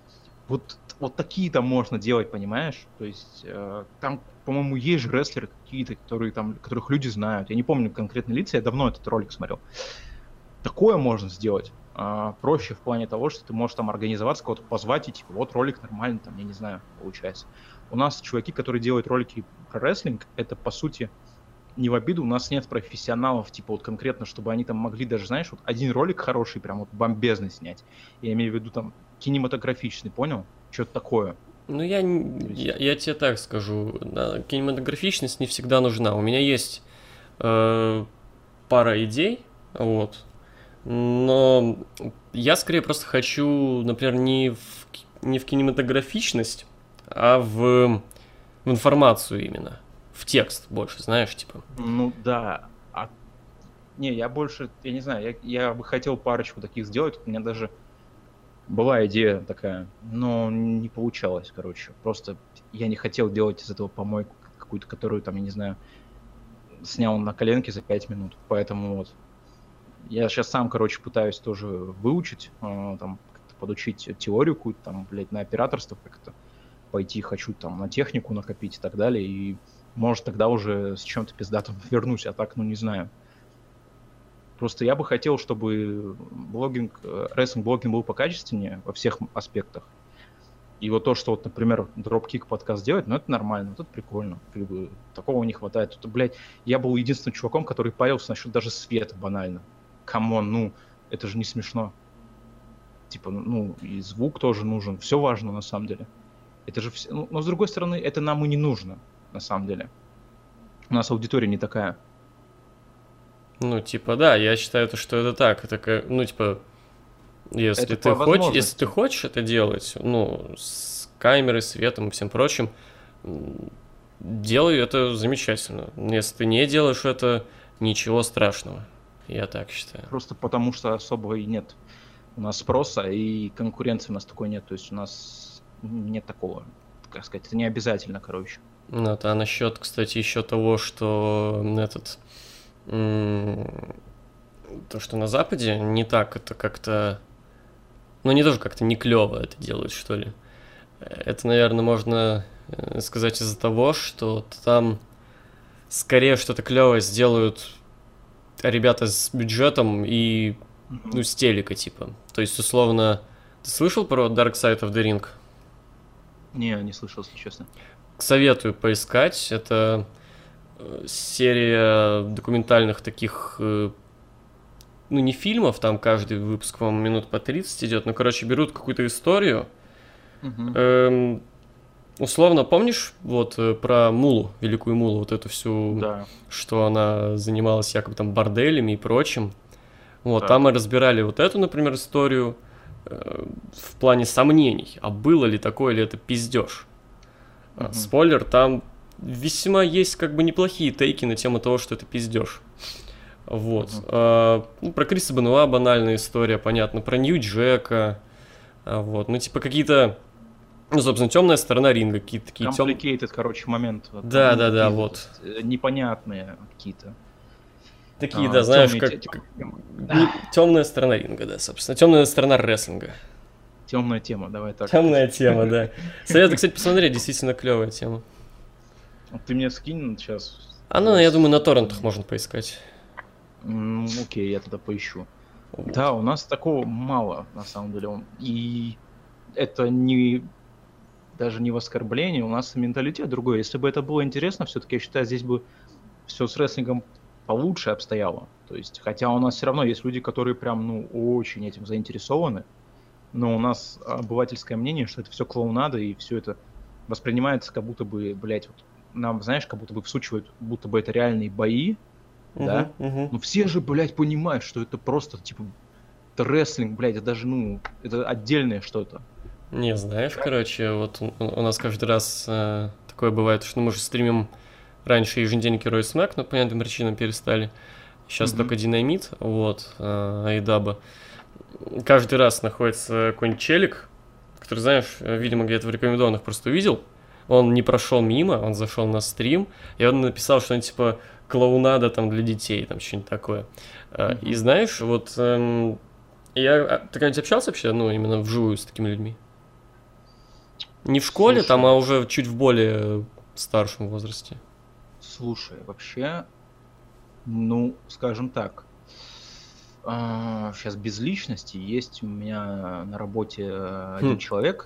Вот такие там можно делать, понимаешь? То есть там, по-моему, есть же рестлеры какие-то, которых люди знают. Я не помню конкретные лица, я давно этот ролик смотрел. Такое можно сделать. Проще в плане того, что ты можешь там организоваться, кого-то позвать и типа, вот ролик нормальный, там, я не знаю, получается. У нас чуваки, которые делают ролики про рестлинг, это, по сути, не в обиду, у нас нет профессионалов, типа вот конкретно, чтобы они там могли даже, знаешь, вот один ролик хороший, прям вот бомбезный снять. Я имею в виду там кинематографичный, понял? Что-то такое. Ну, я тебе так скажу, да, кинематографичность не всегда нужна. У меня есть пара идей, вот, но я скорее просто хочу, например, не в кинематографичность, а в информацию именно. В текст больше, знаешь, типа. Ну да. Не, я не знаю, я бы хотел парочку таких сделать. У меня даже была идея такая, но не получалось, короче. Просто я не хотел делать из этого помойку какую-то, которую там, я не знаю, снял на коленке за 5 минут. Поэтому вот. Я сейчас сам, короче, пытаюсь тоже выучить, там, как-то подучить теорию какую-то, там, блядь, на операторство как-то пойти хочу, там, на технику накопить и так далее, и может, тогда уже с чем-то пиздатым вернусь, а так, ну, не знаю. Просто я бы хотел, чтобы рестлинг-блогинг был покачественнее во всех аспектах. И вот то, что, вот, например, Dropkick подкаст делает, ну, это нормально, вот это прикольно. Как бы, такого не хватает. Тут, блядь, я был единственным чуваком, который парился насчет даже света банально. Камон, ну, это же не смешно. Типа, ну, и звук тоже нужен. Все важно, на самом деле. Это же все... Но, с другой стороны, это нам и не нужно, на самом деле. У нас аудитория не такая. Ну, типа, да, я считаю, что это так. Это, ну, типа, если ты хочешь это делать, ну, с камерой, светом и всем прочим, делай это замечательно. Если ты не делаешь это, ничего страшного. Я так считаю. Просто потому, что особо и нет у нас спроса, и конкуренции у нас такой нет. То есть у нас нет такого, как сказать, это не обязательно, короче. Ну, а насчет, кстати, еще того, что то, что на Западе не так, это как-то... Ну, они тоже как-то не клево это делают, что ли. Это, наверное, можно сказать из-за того, что там скорее что-то клевое сделают ребята с бюджетом и, ну, с телека, типа. То есть, условно, ты слышал про Dark Side of the Ring? Не слышал, если честно. Советую поискать. Это серия документальных таких, ну, не фильмов, там каждый выпуск, по-моему, минут по 30 идет, но, короче, берут какую-то историю. Условно, помнишь вот про Мулу, Великую Мулу, вот эту всю, да, что она занималась якобы там борделями и прочим. Вот, там мы разбирали вот эту, например, историю в плане сомнений, а было ли такое, или это пиздеж. Спойлер, там весьма есть как бы неплохие тейки на тему того, что это пиздеж. Вот. Ну, про Криса Бенуа банальная история, понятно, про Нью Джека. Вот. Ну, типа какие-то Ну, собственно, темная сторона ринга, какие-то такие Complicated, короче, момент. Да, вот. Непонятные какие-то. Такие, да, знаешь, как темная сторона ринга, да, собственно. Темная сторона рестлинга. Темная тема, давай так. Темная тема, да. Советую, кстати, посмотреть, действительно клевая тема. Ты мне скинь сейчас. Я думаю, на торрентах можно поискать. Окей, я тогда поищу. Вот. Да, у нас такого мало, на самом деле. И это даже не в оскорблении, у нас менталитет другой. Если бы это было интересно, все-таки я считаю, здесь бы все с рестлингом получше обстояло. То есть, хотя у нас все равно есть люди, которые прям, очень этим заинтересованы, но у нас обывательское мнение, что это все клоунада, и все это воспринимается как будто бы, блядь, вот нам, знаешь, как будто бы всучивают, будто бы это реальные бои, да? Но все же, блядь, понимают, что это просто, типа, это рестлинг, блядь, это даже, это отдельное что-то. Не, знаешь, короче, вот у нас каждый раз такое бывает, что мы же стримим раньше еженедельники Raw и Smack, но по понятным причинам перестали. Сейчас только Динамит, вот, Айдаба. Каждый раз находится какой-нибудь челик, который, знаешь, видимо, где-то в рекомендованных просто увидел. Он не прошел мимо, он зашел на стрим, и он написал что-нибудь типа клоунада там для детей, там что-нибудь такое. И знаешь, вот ты когда-нибудь общался вообще, именно вживую с такими людьми? Не в школе, там, а уже чуть в более старшем возрасте. Слушай, вообще, скажем так, сейчас без личности есть у меня на работе один человек.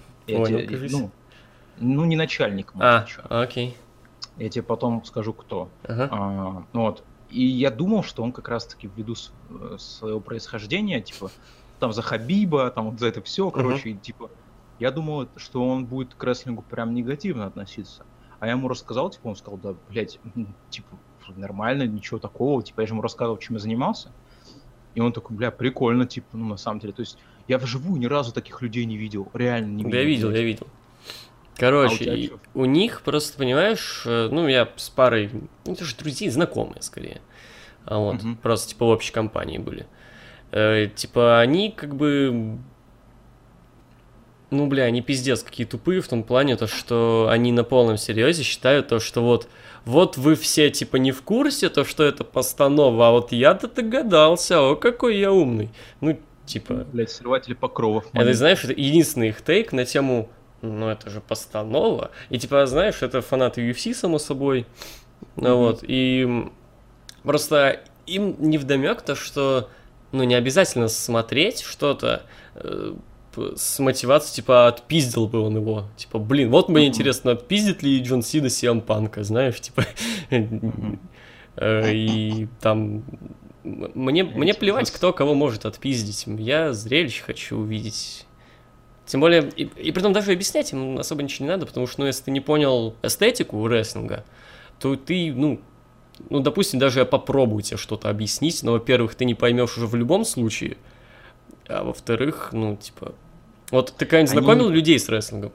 Не начальник, окей. Я тебе потом скажу, кто. Вот. И я думал, что он как раз-таки ввиду своего происхождения, типа, там за Хабиба, там вот за это все, короче, и, типа, я думал, что он будет к рестлингу прям негативно относиться. А я ему рассказал, типа, он сказал, да, блядь, типа, нормально, ничего такого. Типа, я же ему рассказывал, чем я занимался. И он такой, бля, прикольно, типа, на самом деле. То есть я вживую ни разу таких людей не видел. Реально не видел. Я видел. Короче, у них просто, понимаешь, я с парой, это же друзья, знакомые скорее. Вот, просто, типа, в общей компании были. Типа, они как бы... они пиздец какие тупые в том плане, то, что они на полном серьезе считают то, что вот вы все, типа, не в курсе, то, что это постанова, а вот я-то догадался, о, какой я умный. Типа... Блядь, срыватели покровов. Это, знаешь, это единственный их тейк на тему, это же постанова. И, типа, знаешь, это фанаты UFC, само собой. Вот, и просто им невдомёк то, что, не обязательно смотреть что-то, с мотивацией, типа, отпиздил бы он его. Типа, блин, вот мне интересно, отпиздит ли Джон Сина CM Панка, знаешь, типа. И там... Мне плевать, кто кого может отпиздить. Я зрелище хочу увидеть. Тем более, и при том даже объяснять им особо ничего не надо, потому что, если ты не понял эстетику рестлинга, то ты, допустим, даже попробуйте что-то объяснить, но, во-первых, ты не поймешь уже в любом случае, а во-вторых, типа... Вот ты когда-нибудь знакомил людей с рестлингом?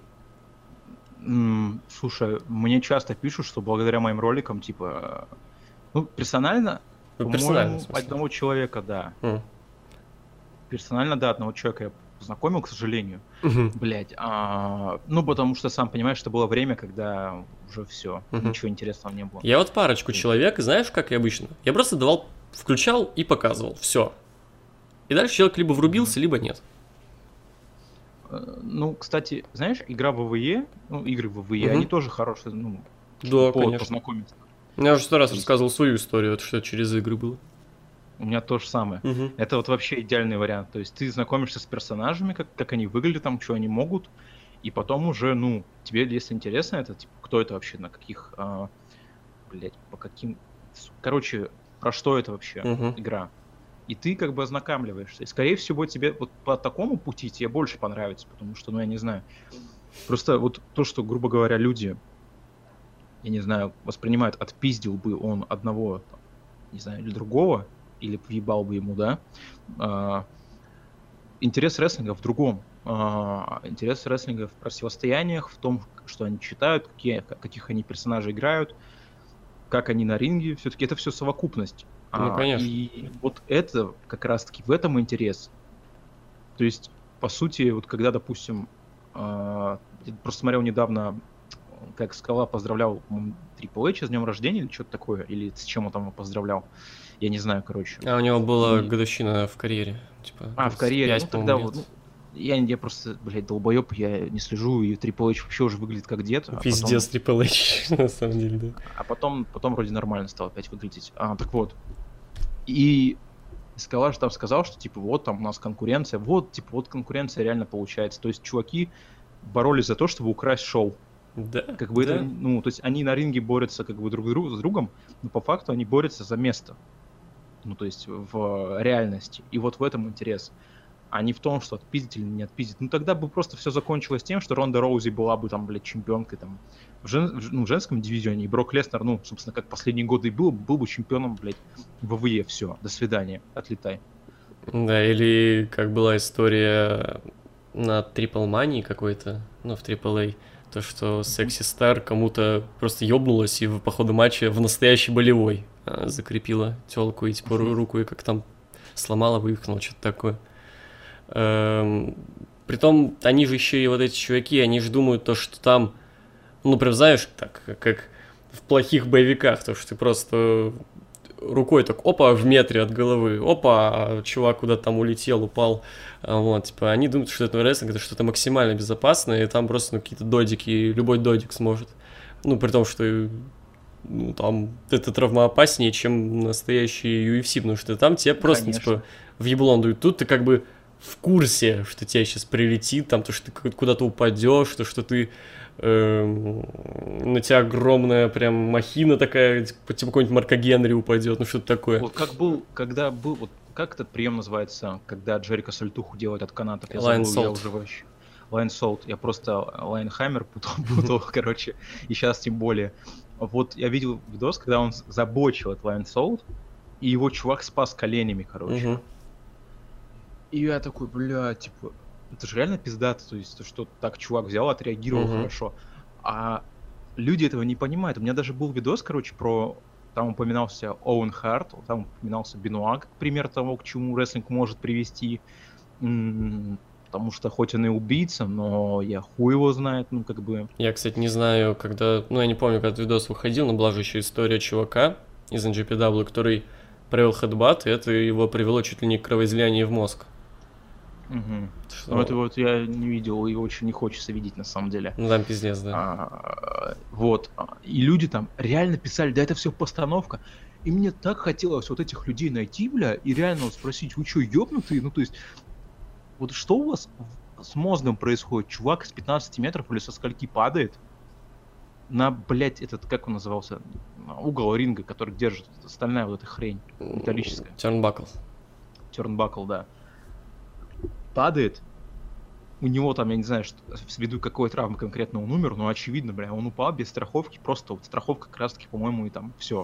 Слушай, мне часто пишут, что благодаря моим роликам, типа... персонально, по-моему, одного человека, да. Персонально, да, одного человека я познакомил, к сожалению. Блять. Потому что, сам понимаешь, это было время, когда уже все, ничего интересного не было. Я вот парочку человек, знаешь, как я обычно? Я просто включал и показывал, все. И дальше человек либо врубился, либо нет. Кстати, знаешь, игры в ВВЕ, они тоже хорошие, да, конечно. Познакомиться. Я уже 100 раз рассказывал свою историю, что через игры было. У меня то же самое. Это вот вообще идеальный вариант. То есть ты знакомишься с персонажами, как они выглядят, там, что они могут, и потом уже, тебе, если интересно, это, типа, кто это вообще, на каких, по каким... Короче, про что это вообще игра? И ты как бы ознакомливаешься. И, скорее всего, тебе вот по такому пути тебе больше понравится, потому что, я не знаю. Просто вот то, что, грубо говоря, люди, я не знаю, воспринимают, отпиздил бы он одного, не знаю, или другого, или въебал бы ему, да. Интерес рестлинга в другом. Интерес рестлинга в противостояниях, в том, что они читают, каких они персонажей играют, как они на ринге. Все-таки это все совокупность. Конечно. И вот это как раз-таки в этом интерес. То есть, по сути, вот когда, допустим, Я просто смотрел недавно, как Скала поздравлял, по-моему, Triple H с днем рождения или что-то такое, или с чем он там его поздравлял. Я не знаю, короче. А у него была годовщина в карьере. Типа, в карьере, 5, ну тогда лет. вот... Я просто, блядь, долбоеб, я не слежу, и Triple H вообще уже выглядит как дед. Пиздец, Triple H, на самом деле, да. А потом вроде нормально стал опять выглядеть. Так вот. И Скала же там сказал, что типа вот там у нас конкуренция, вот конкуренция реально получается. То есть чуваки боролись за то, чтобы украсть шоу. Да. Как бы это, ну, то есть они на ринге борются как бы друг с другом, но по факту они борются за место. Ну, то есть в реальности. И вот в этом интерес. А не в том, что отпиздить или не отпиздить. Ну, тогда бы просто все закончилось тем, что Ронда Роузи была бы там, блядь, чемпионкой там в женском дивизионе, и Брок Леснер, ну, собственно, как последние годы и был бы чемпионом, блядь, ВВЕ. Все, до свидания, отлетай. Да, или как была история на Triple Money какой-то, ну, в AAA, то, что Секси Стар кому-то просто ёбнулась и по ходу матча в настоящий болевой закрепила тёлку и типа руку и как там сломала, вывихнула, что-то такое. Притом, они же еще и вот эти чуваки, они же думают то, что там, ну, прям знаешь, так, как в плохих боевиках, то, что ты просто рукой так, опа, в метре от головы, опа, чувак куда-то там улетел, упал, вот, типа, они думают, что это рестлинг, это что-то максимально безопасное, и там просто, ну, какие-то додики, любой додик сможет, ну, при том, что, ну, там, это травмоопаснее, чем настоящий UFC, потому что там тебе просто, конечно, типа, в еблон дуют, тут ты как бы в курсе, что тебе сейчас прилетит, там, то, что ты куда-то упадешь, то, что ты на тебя огромная прям махина такая, типа какой-нибудь Марка Генри упадет, ну что-то такое. Вот вот как этот прием называется, когда Джерико сальтуху делает от канатов? Я Line забыл, я уже вообще... Line Salt, я просто Лайнхаммер путал, короче, и сейчас тем более. Вот я видел видос, когда он забочил от Line Salt, и его чувак спас коленями, короче. Угу. И я такой, бля, типа, это же реально пиздато, то есть, что так чувак взял, отреагировал хорошо. А люди этого не понимают. У меня даже был видос, короче, там упоминался Оуэн Харт, там упоминался Бенуа, как пример того, к чему рестлинг может привести. Потому что хоть он и убийца, но я хуй его знает, ну, как бы... Я, кстати, не знаю, когда... Ну, я не помню, когда видос выходил, но была же еще история чувака из NJPW, который провел хедбат, и это его привело чуть ли не к кровоизлиянию в мозг. Угу. Ну, это вот я не видел, и очень не хочется видеть, на самом деле. Ну, там пиздец, да. Вот. И люди там реально писали, да это все постановка. И мне так хотелось вот этих людей найти, бля, и реально вот спросить, вы что, ёбнутые? Ну, то есть, вот что у вас с мозгом происходит? Чувак с 15 метров или со скольки падает на, блядь, этот, как он назывался, угол ринга, который держит стальная вот эта хрень металлическая. Тернбакл, да. Падает, у него там, я не знаю, ввиду какой травмы конкретно он умер, но очевидно, бля, он упал без страховки, просто вот страховка как раз таки, по-моему, и там все.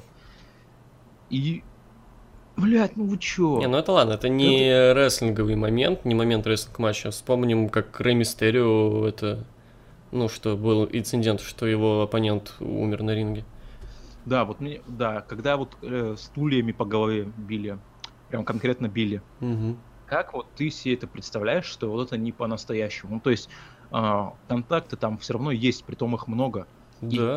И, блядь, ну вы чё? Не, ну это ладно, это не рестлинговый момент, не момент рестлинг-матча. Вспомним, как Рэй Мистерио, это, ну, что был инцидент, что его оппонент умер на ринге. Да, вот мне, да, когда вот стульями по голове били, прям конкретно били. Угу. Как вот ты себе это представляешь, что вот это не по-настоящему? Ну, то есть контакты там все равно есть, притом их много. Да,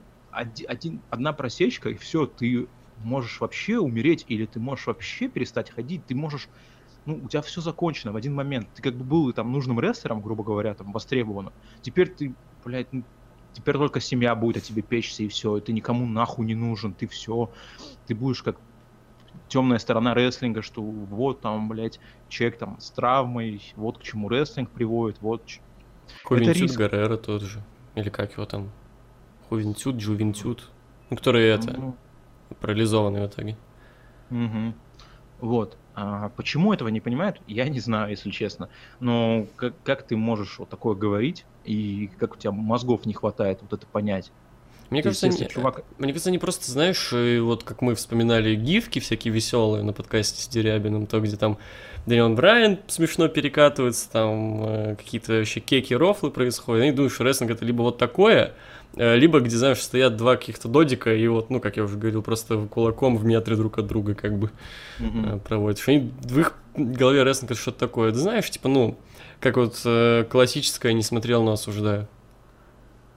и одна просечка, и все, ты можешь вообще умереть, или ты можешь вообще перестать ходить, ты можешь, ну, у тебя все закончено в один момент. Ты как бы был там нужным рестлером, грубо говоря, там, востребован. Теперь ты, блядь, теперь только семья будет о тебе печься, и все, и ты никому нахуй не нужен, ты все, ты будешь как темная сторона рестлинга, что вот там, блядь, человек там с травмой, вот к чему рестлинг приводит, вот. Хувентюд Гаррера тот же, или как его там, Хувентюд, Джувентюд, ну, который это, парализованный в итоге. Угу. Вот. А почему этого не понимают, я не знаю, если честно. Но как ты можешь вот такое говорить, и как у тебя мозгов не хватает вот это понять? Мне кажется, они просто, знаешь, вот как мы вспоминали гифки всякие веселые на подкасте с Дерябиным, то, где там Дэниел Брайан смешно перекатывается, там какие-то вообще кеки-рофлы происходят. Они думают, что рестлинг это либо вот такое, либо где, знаешь, стоят два каких-то додика и вот, ну, как я уже говорил, просто кулаком в метре друг от друга как бы проводят. Что они в их голове рестлинг это что-то такое. Ты знаешь, типа, ну, как вот классическое «не смотрел, но осуждаю».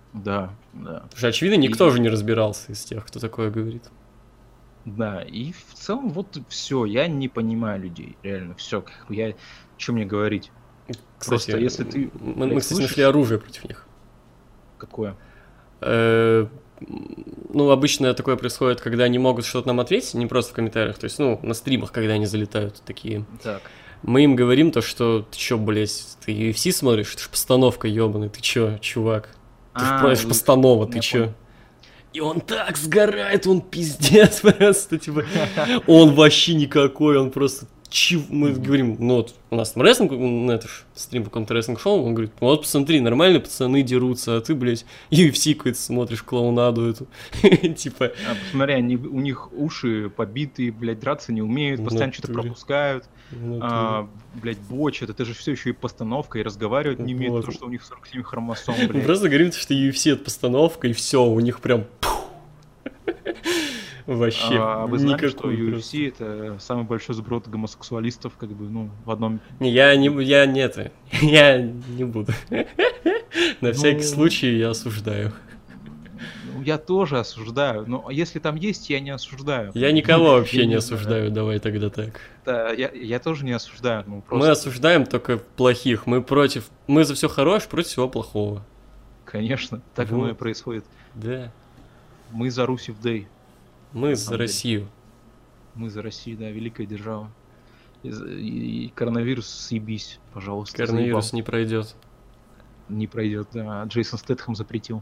Да, да. Потому что, очевидно, никто же не разбирался из тех, кто такое говорит. Да, и в целом вот все, я не понимаю людей, реально, все, что мне говорить? Кстати, Просто если ты, мы, блядь, кстати, слышишь- нашли оружие против них. Какое? Ну, обычно такое происходит, когда они могут что-то нам ответить, не просто в комментариях, то есть, ну, на стримах, когда они залетают такие. Так. Мы им говорим то, что ты чё, блядь, ты UFC смотришь, это ж постановка ёбаный, ты чё, чувак? Ты ж просто постанова, ты я чё? понял. И он так сгорает, он пиздец просто, типа, он вообще никакой, он просто... Мы говорим, ну вот, у нас там рестлинг, ну это ж стрим по какому-то рестлинг-шоу, он говорит, вот посмотри, нормальные пацаны дерутся, а ты, блядь, UFC какой-то смотришь, клоунаду эту, типа... Посмотри, у них уши побитые, блядь, драться не умеют, постоянно что-то пропускают, блядь, бочат, это же все еще и постановка, и разговаривать не умеют, потому что у них 47 хромосом, Мы блядь. просто говорим, что UFC это постановка, и все, у них прям... Вообще, вы знали, что UFC это самый большой сброд гомосексуалистов, как бы, ну, в одном... Я не буду. На всякий случай я осуждаю. Я тоже осуждаю, но если там есть, я не осуждаю. Я никого вообще не осуждаю, давай тогда так. Да, я тоже не осуждаю, ну просто... Мы осуждаем только плохих, мы за все хорошее, против всего плохого. Конечно, так оно и происходит. Да. Мы за Русев Дэй. Мы за Россию. Мы за Россию, да, великая держава. И коронавирус съебись, пожалуйста. Коронавирус не пройдет. Не пройдет, да. Джейсон Стэтхэм запретил.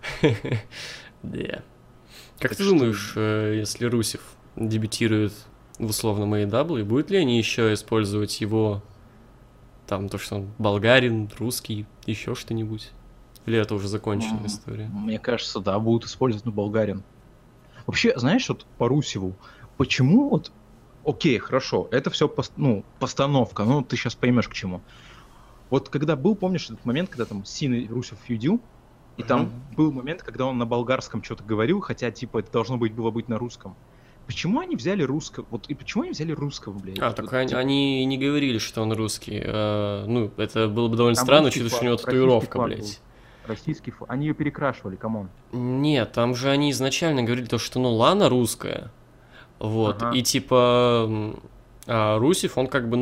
Да. Как ты думаешь, если Русев дебютирует в условном AEW, будут ли они еще использовать его, там, то, что он болгарин, русский, еще что-нибудь? Или это уже законченная история? Мне кажется, да, будут использовать, болгарин. Вообще, знаешь, вот по Русеву, почему вот... Окей, хорошо, это все постановка, ну ты сейчас поймешь к чему. Вот когда был, помнишь, этот момент, когда там Син и Русев фьюдил, и там был момент, когда он на болгарском что-то говорил, хотя, типа, это должно было быть на русском. Почему они взяли русского? Вот и почему они взяли русского, блядь? Так вот, они не говорили, что он русский. Ну, это было бы довольно странно, учитывая, что у него татуировка, блядь. Российский флаг. Они ее перекрашивали, камон. Нет, там же они изначально говорили то, что, Лана русская. Вот. И типа Русев, он как бы,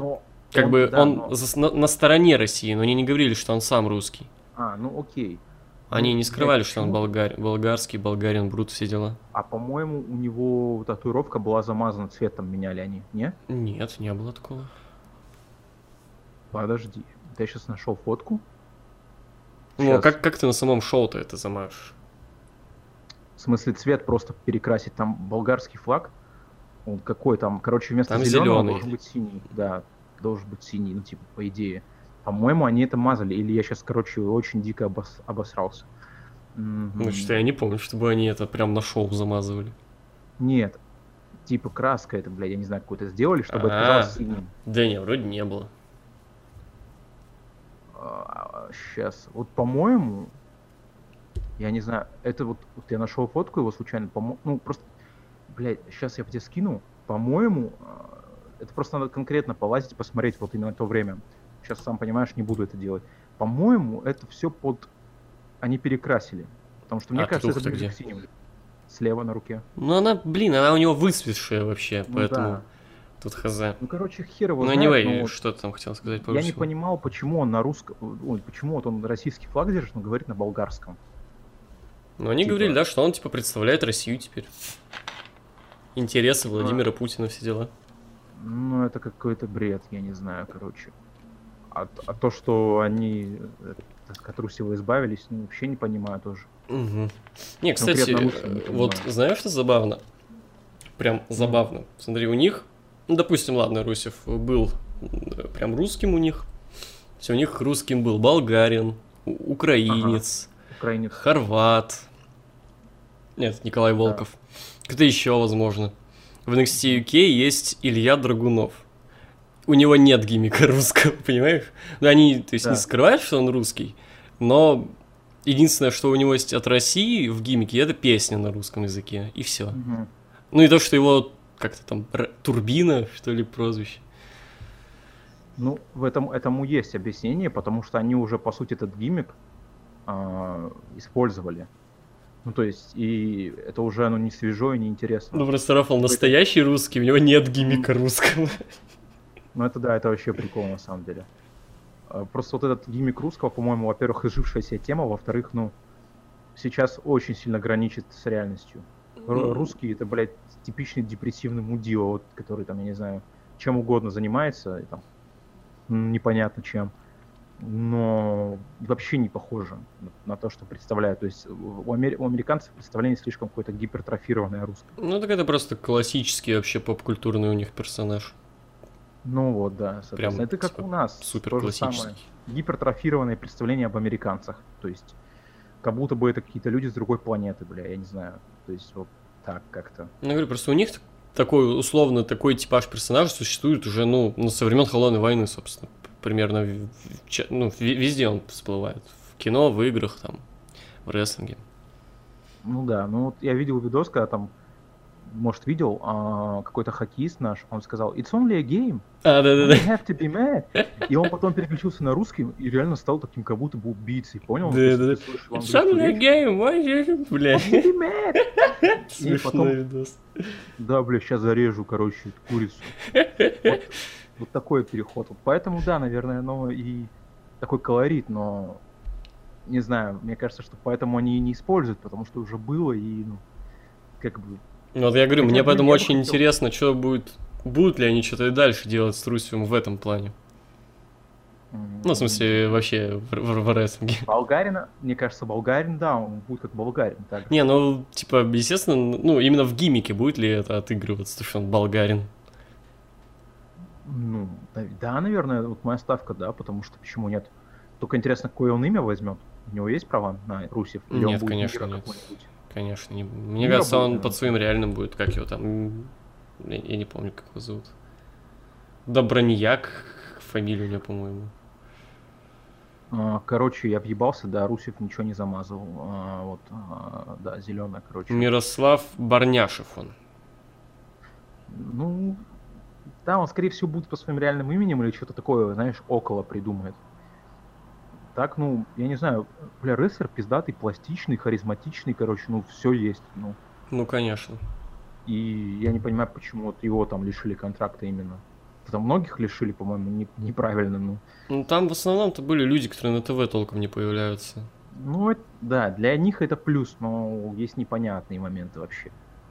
он на стороне России, но они не говорили, что он сам русский. Окей. Они не скрывали, что он болгарский, болгарин, брут, все дела. А по-моему, у него татуировка была замазана цветом, меняли они, не? Нет, не было такого. Подожди, я сейчас нашел фотку. Ну, как ты на самом шоу-то это замажешь? В смысле, цвет просто перекрасить. Там болгарский флаг. Он какой там, короче, вместо там зеленого должен быть синий. Да, должен быть синий, ну, типа, по идее. По-моему, они это мазали. Или я сейчас, короче, очень дико обосрался. Ну, что я не помню, чтобы они это прям на шоу замазывали. Нет. Типа краска это, блядь, я не знаю, какую-то сделали, чтобы это казалось синим. Да не, вроде не было. Сейчас. Вот, по-моему, я не знаю, это вот я нашел фотку его случайно, ну, просто, блядь, сейчас я тебе скину, по-моему, это просто надо конкретно полазить и посмотреть вот именно то время. Сейчас, сам понимаешь, не буду это делать. По-моему, это все они перекрасили, потому что, мне кажется, это ближе к синему. Слева на руке. Ну, она у него выцветшая вообще, поэтому... Да. Тут хз. Ну, короче, хер его знает. Anyway, что ты там хотел сказать по-русски? Я не понимал, почему он на русском... почему вот он российский флаг держит, но говорит на болгарском. Ну, они говорили, да, что он, типа, представляет Россию теперь. Интересы Владимира Путина, все дела. Ну, это какой-то бред, я не знаю, короче. А то, что они от Русева избавились, вообще не понимаю тоже. Угу. Не, кстати, вот знаешь, что забавно? Прям забавно. Смотри, у них... Ну, допустим, ладно, Русев был прям русским у них. Все, у них русским был болгарин, украинец, хорват. Нет, Николай Волков. Кто еще, возможно. В NXT UK есть Илья Драгунов. У него нет гиммика русского, понимаешь? Ну, они, то есть, не скрывают, что он русский, но единственное, что у него есть от России в гиммике, это песня на русском языке, и все. Ну, и то, что его... Как-то там Турбина, что ли, прозвище. Ну, этому есть объяснение, потому что они уже, по сути, этот гиммик использовали. Ну, то есть, и это уже не свежо и не интересно. Ну, просто Рафал настоящий русский, у него нет гиммика русского. Ну, это да, это вообще прикол, на самом деле. Просто вот этот гиммик русского, по-моему, во-первых, изжившаяся тема, во-вторых, сейчас очень сильно граничит с реальностью. Русский — это, блядь, типичный депрессивный мудила, вот, который, там, я не знаю, чем угодно занимается, и, там, непонятно чем, но вообще не похоже на то, что представляют. То есть у американцев представление слишком какое-то гипертрофированное русское. Ну, так это просто классический вообще поп-культурный у них персонаж. Ну вот, да, соответственно. Прям, это как типа, у нас. супер То же классический. самое. Гипертрофированное представление об американцах. То есть, как будто бы это какие-то люди с другой планеты, бля, я не знаю. То есть, вот так как-то. Ну, я говорю, просто у них такой, условно, такой типаж персонажа существует уже, со времен Холодной войны, собственно. Примерно, везде он всплывает. В кино, в играх, там, в рестлинге. Ну да, вот я видел видос, когда там, может, видел, какой-то хоккеист наш, он сказал, it's only a game. Да-да-да. You have to be mad. И он потом переключился на русский и реально стал таким, как будто бы убийцей, понял? Да-да-да. It's only a game, why you, бля. Be mad. И потом, Смешной видос. да, бля, сейчас зарежу, короче, курицу. Вот такой переход. Вот поэтому, да, наверное, и такой колорит, но не знаю, мне кажется, что поэтому они и не используют, потому что уже было и, как бы... Вот я говорю, Хотя, мне поэтому я бы очень хотел. интересно, что будут ли они что-то и дальше делать с Русевым в этом плане. Ну, в смысле, вообще в рестлинге. Болгарина, мне кажется, болгарин, да, он будет как болгарин. Так. Не, типа, естественно, именно в гиммике будет ли это отыгрываться, что он болгарин? Да, наверное, вот моя ставка, да, потому что почему нет? Только интересно, какое он имя возьмет. У него есть права на Русев? Или он Нет, будет конечно, Мира нет. какой-нибудь? Конечно, не. Мне Мира кажется, будет, он под своим реальным будет, как его там. Я не помню, как его зовут. Добронияк, фамилия у него, по-моему. Короче, я въебался, да, Русев ничего не замазал. Да, зеленая, короче. Мирослав Барняшев он. Да, он, скорее всего, будет по своим реальным именем или что-то такое, знаешь, около придумает. Так, я не знаю, бля, рестлер пиздатый, пластичный, харизматичный, короче, все есть, Ну, конечно. И я не понимаю, почему вот его там лишили контракта именно. Там многих лишили, по-моему, неправильно, Ну, там в основном-то были люди, которые на ТВ толком не появляются. Да, для них это плюс, но есть непонятные моменты вообще.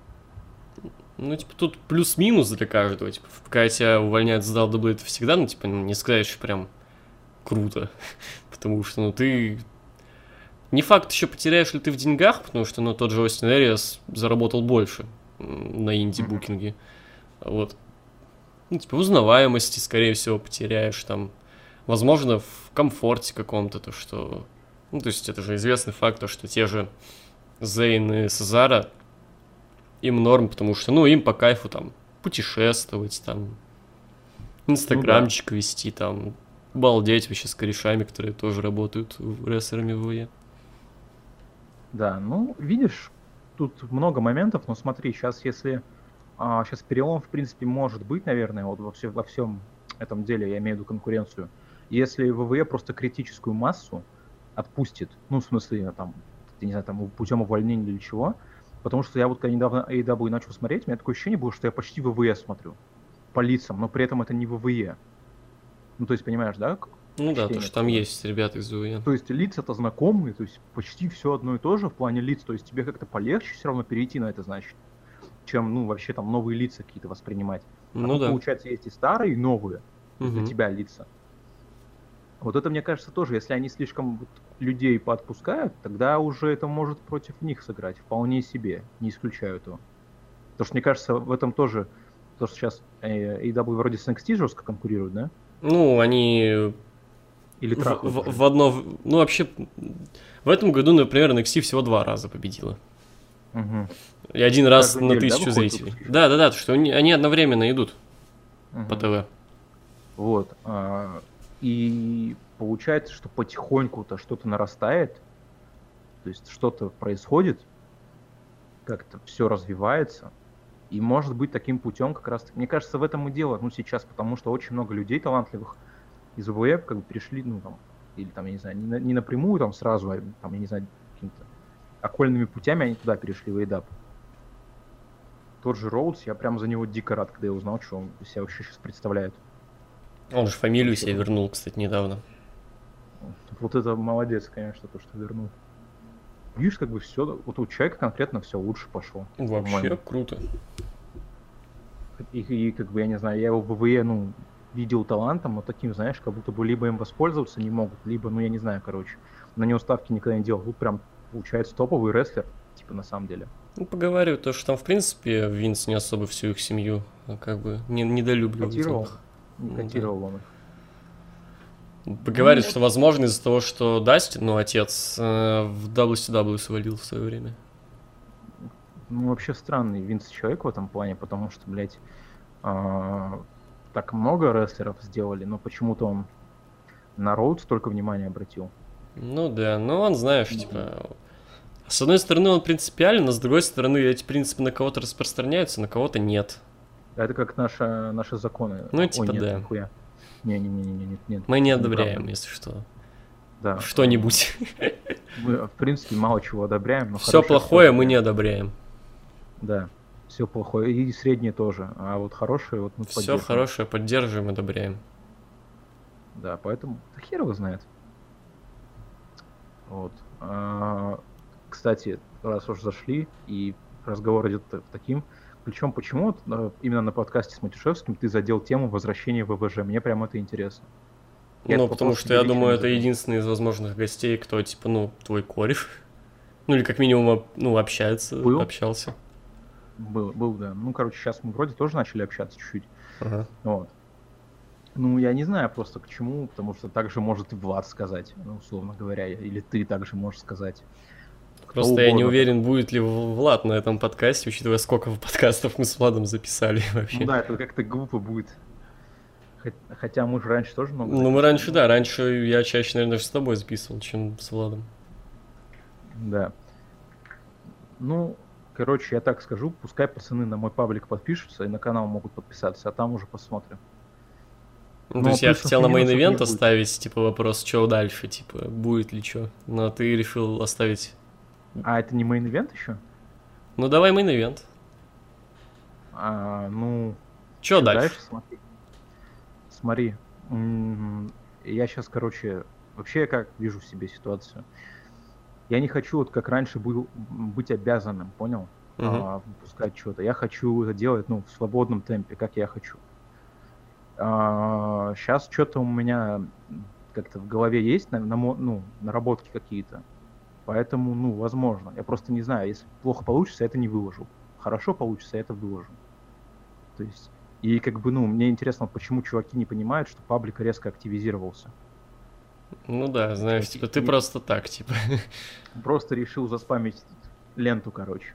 Типа, тут плюс-минус для каждого. Типа, когда тебя увольняют с WWE, это всегда, не сказать, что прям круто. Потому что, ты... Не факт, еще потеряешь ли ты в деньгах, потому что, тот же Остин Эриас заработал больше на инди-букинге. Вот. Типа, в узнаваемости, скорее всего, потеряешь там. Возможно, в комфорте каком-то, то, что... то есть, это же известный факт, то, что те же Зейн и Сезара, им норм, потому что, им по кайфу там путешествовать, там, инстаграмчик вести, там, балдеть вообще с корешами, которые тоже работают рестлерами в ВЕ. Да, видишь, тут много моментов, но смотри, сейчас сейчас перелом, в принципе, может быть, наверное, вот во всем этом деле, я имею в виду конкуренцию, если ВВЕ просто критическую массу отпустит, в смысле, там, я не знаю, там, путем увольнения или чего, потому что я вот когда недавно AEW начал смотреть, у меня такое ощущение было, что я почти ВВЕ смотрю по лицам, но при этом это не ВВЕ. То есть, понимаешь, да? Да, то, что там есть ребята из ВВЕ. То есть лица-то знакомые, то есть почти все одно и то же в плане лиц, то есть тебе как-то полегче все равно перейти на это, значит, чем, вообще там новые лица какие-то воспринимать. Тут, получается, есть и старые, и новые для тебя лица. Вот это, мне кажется, тоже, если они слишком людей поотпускают, тогда уже это может против них сыграть, вполне себе, не исключаю этого. Потому что, мне кажется, в этом тоже, то, что сейчас AEW вроде с NXT жестко конкурируют, да? Они... Или трахают в одно... вообще, в этом году, например, NXT всего 2 раза победила. И 1 раз на 1000 зрителей. Да, что они одновременно идут по ТВ. Вот. И получается, что потихоньку-то что-то нарастает, то есть что-то происходит, как-то все развивается, и может быть таким путем как раз, мне кажется, в этом и дело, сейчас, потому что очень много людей талантливых из ВВЕ как бы перешли, или там, я не знаю, не напрямую там сразу, а там, я не знаю, какими-то окольными путями они туда перешли, в ADAP. Тот же Роудс, я прям за него дико рад, когда я узнал, что он из себя вообще сейчас представляет. Он же фамилию себе вернул, кстати, недавно. Вот это молодец, конечно, то, что вернул. Видишь, как бы все, вот у человека конкретно все лучше пошло. Вообще по-моему. круто. И как бы, я не знаю, я его в ВВЕ, ну, видел талантом, но таким, знаешь, как будто бы либо им воспользоваться не могут, либо, ну, я не знаю, короче, на него ставки никогда не делал. Тут прям, получается, топовый рестлер, типа, на самом деле. Ну, поговариваю, то, что там, в принципе, Винс не особо всю их семью, как бы, недолюбливает их. Не котировал он их. Поговаривают, что, возможно, из-за того, что Дастин, ну, отец, в WCW свалил в свое время. Ну, вообще странный Винс человек в этом плане, потому что, блядь, так много рестлеров сделали, но почему-то он на Роуд столько внимания обратил. Ну да, но он, знаешь, типа... С одной стороны, он принципиален, но с другой стороны, эти принципы на кого-то распространяются, на кого-то нет. Это как наши законы. Ну, типа, нет, да. Нихуя. Нет. Мы не одобряем, если что. Да. Что-нибудь. Мы, в принципе, мало чего одобряем. Но все плохое мы не одобряем. Да, все плохое. И среднее тоже. А вот хорошее вот мы все хорошее поддерживаем, одобряем. Да, поэтому хер его знает. Вот. Кстати, раз уж зашли, и разговор идет таким ключом, почему именно на подкасте с Матюшевским ты задел тему возвращения в ВВЖ? Мне прям это интересно. Ну, потому что я думаю, это единственный из возможных гостей, кто, типа, ну, твой кореш. Ну, или как минимум, ну, общался. Был, да. Ну, короче, сейчас мы вроде тоже начали общаться чуть-чуть. Ага. Вот. Ну, я не знаю просто к чему, потому что так же может и Влад сказать, ну, условно говоря, или ты также можешь сказать. Просто я не уверен, будет ли Влад на этом подкасте, учитывая, сколько подкастов мы с Владом записали вообще. Ну да, это как-то глупо будет. Хотя мы же раньше тоже много записали. Ну, мы раньше, да, раньше я чаще, наверное, с тобой записывал, чем с Владом. Да. Ну, короче, я так скажу, пускай пацаны на мой паблик подпишутся и на канал могут подписаться, а там уже посмотрим. Ну, то есть я хотел на мейн-ивент оставить, типа, вопрос, что дальше, типа, будет ли что, но ты решил оставить... А это не мейн-ивент еще? Ну, давай мейн-ивент. Ну... Что дальше? Смотри. Я сейчас, короче... Вообще, я как вижу себе ситуацию. Я не хочу, вот как раньше быть обязанным, понял? Выпускать что-то. Я хочу это делать, ну, в свободном темпе, как я хочу. Сейчас что-то у меня как-то в голове есть, наработки какие-то. Поэтому, ну, возможно. Я просто не знаю, если плохо получится, я это не выложу. Хорошо получится, я это выложу. То есть, и как бы, ну, мне интересно, почему чуваки не понимают, что паблик резко активизировался. Ну да, знаешь, типа, ты просто так, типа. Просто решил заспамить ленту, короче.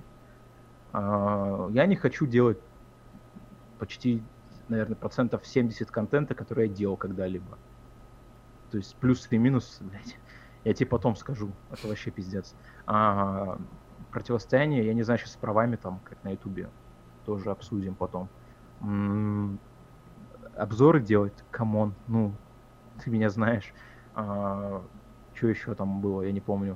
Я не хочу делать почти, наверное, 70% контента, который я делал когда-либо. То есть плюс и минус, блядь. Я тебе потом скажу, это вообще пиздец. Противостояние, я не знаю, сейчас с правами там, как на Ютубе, тоже обсудим потом. Обзоры делать, камон, ну, ты меня знаешь. Что еще там было, я не помню.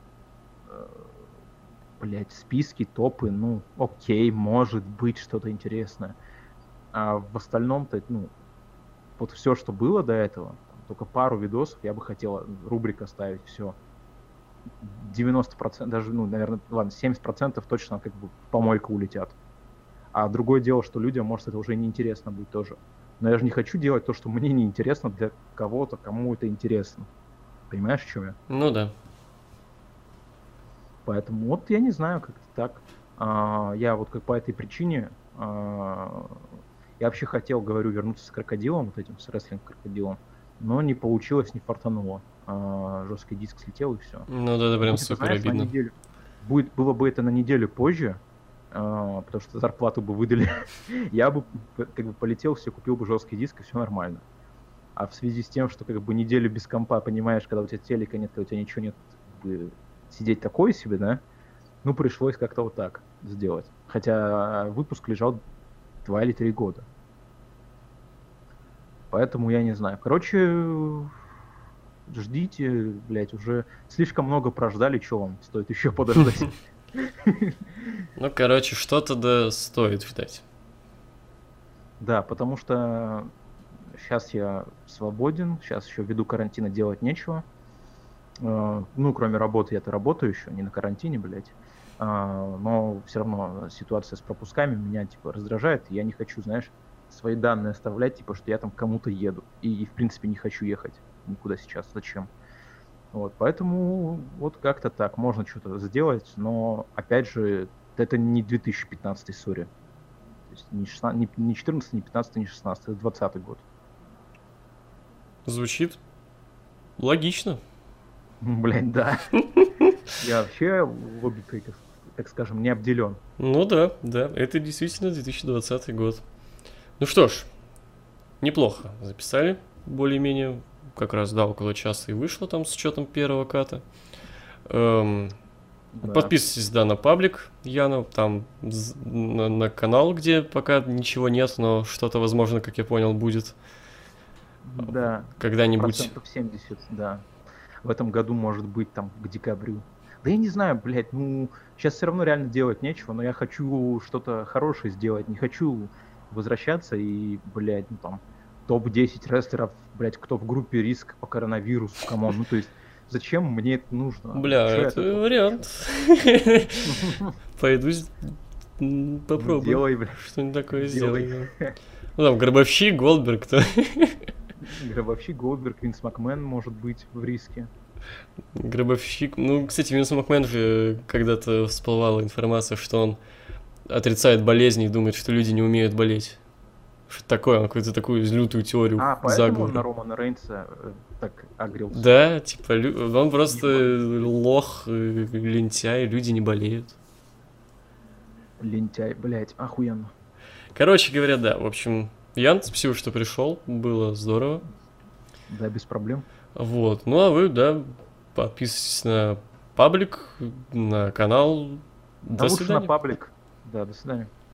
Блять, списки, топы, ну, окей, может быть что-то интересное. А в остальном-то, ну, вот все, что было до этого, только пару видосов я бы хотел рубрик оставить, все. 90%, даже, ну, наверное, ладно, 70% точно как бы в помойку улетят. А другое дело, что людям, может, это уже неинтересно будет тоже. Но я же не хочу делать то, что мне неинтересно для кого-то, кому это интересно. Понимаешь, в чем я? Ну да. Поэтому вот я не знаю, как-то так. Я вот как по этой причине... Я вообще хотел, говорю, вернуться с крокодилом, вот этим, с рестлинг-крокодилом, но не получилось, не фартануло. Жесткий диск слетел и все. Ну да, это прям супер обидно. Было бы это на неделю позже, потому что зарплату бы выдали, я бы как бы полетел, все, купил бы жесткий диск, и все нормально. А в связи с тем, что как бы неделю без компа, понимаешь, когда у тебя телека нет, когда у тебя ничего нет, как бы, сидеть такое себе, да, ну, пришлось как-то вот так сделать. Хотя выпуск лежал 2 или 3 года. Поэтому я не знаю. Короче, ждите, блядь, уже слишком много прождали, что вам стоит еще подождать. Ну, короче, что-то да стоит ждать. Да, потому что сейчас я свободен, сейчас еще ввиду карантина делать нечего. Ну, кроме работы, я-то работаю еще, не на карантине, блядь. Но все равно ситуация с пропусками меня, типа, раздражает. И я не хочу, знаешь, свои данные оставлять, типа, что я там к кому-то еду. И, в принципе, не хочу ехать никуда сейчас. Зачем? Вот, поэтому вот как-то так. Можно что-то сделать, но, опять же, это не 2015, сори. То есть не 14, не 15, не 16, это 20 год. Звучит логично. Блядь, да. Я вообще логикой, так скажем, не обделен. Ну да, это действительно 2020 год. Ну что ж, неплохо записали, более-менее, как раз, да, около часа и вышло там с учетом первого ката. Да. Подписывайтесь, да, на паблик Яна, там на канал, где пока ничего нет, но что-то, возможно, как я понял, будет Да. когда-нибудь. 70%, да. В этом году, может быть, там, к декабрю. Да я не знаю, блядь, ну, сейчас все равно реально делать нечего, но я хочу что-то хорошее сделать, не хочу возвращаться и, блядь, ну там, топ-10 рестлеров, блядь, кто в группе риск по коронавирусу, камон, ну то есть, зачем мне это нужно? Бля, Чё я это тут вариант. Пойду Ну, попробую. делай, блядь. Что-нибудь такое Делай. сделаю. Ну там, Гробовщик, Голдберг, кто? Гробовщик, Голдберг, Винс Макмен может быть в риске. Гробовщик. Ну, кстати, Винс Макмен же когда-то всплывала информация, что он отрицает болезни и думает, что люди не умеют болеть. Что такое? Он какую-то такую лютую теорию Поэтому заговора. он на Романа Рейнса так агрился. Да, типа, он просто лох, лентяй, люди не болеют. Лентяй, блядь, охуенно. Короче говоря, да, в общем, Ян, спасибо, что пришел, было здорово. Да, без проблем. Вот, ну а вы, да, подписывайтесь на паблик, на канал. Да До лучше свидания. на паблик. Да, до свидания.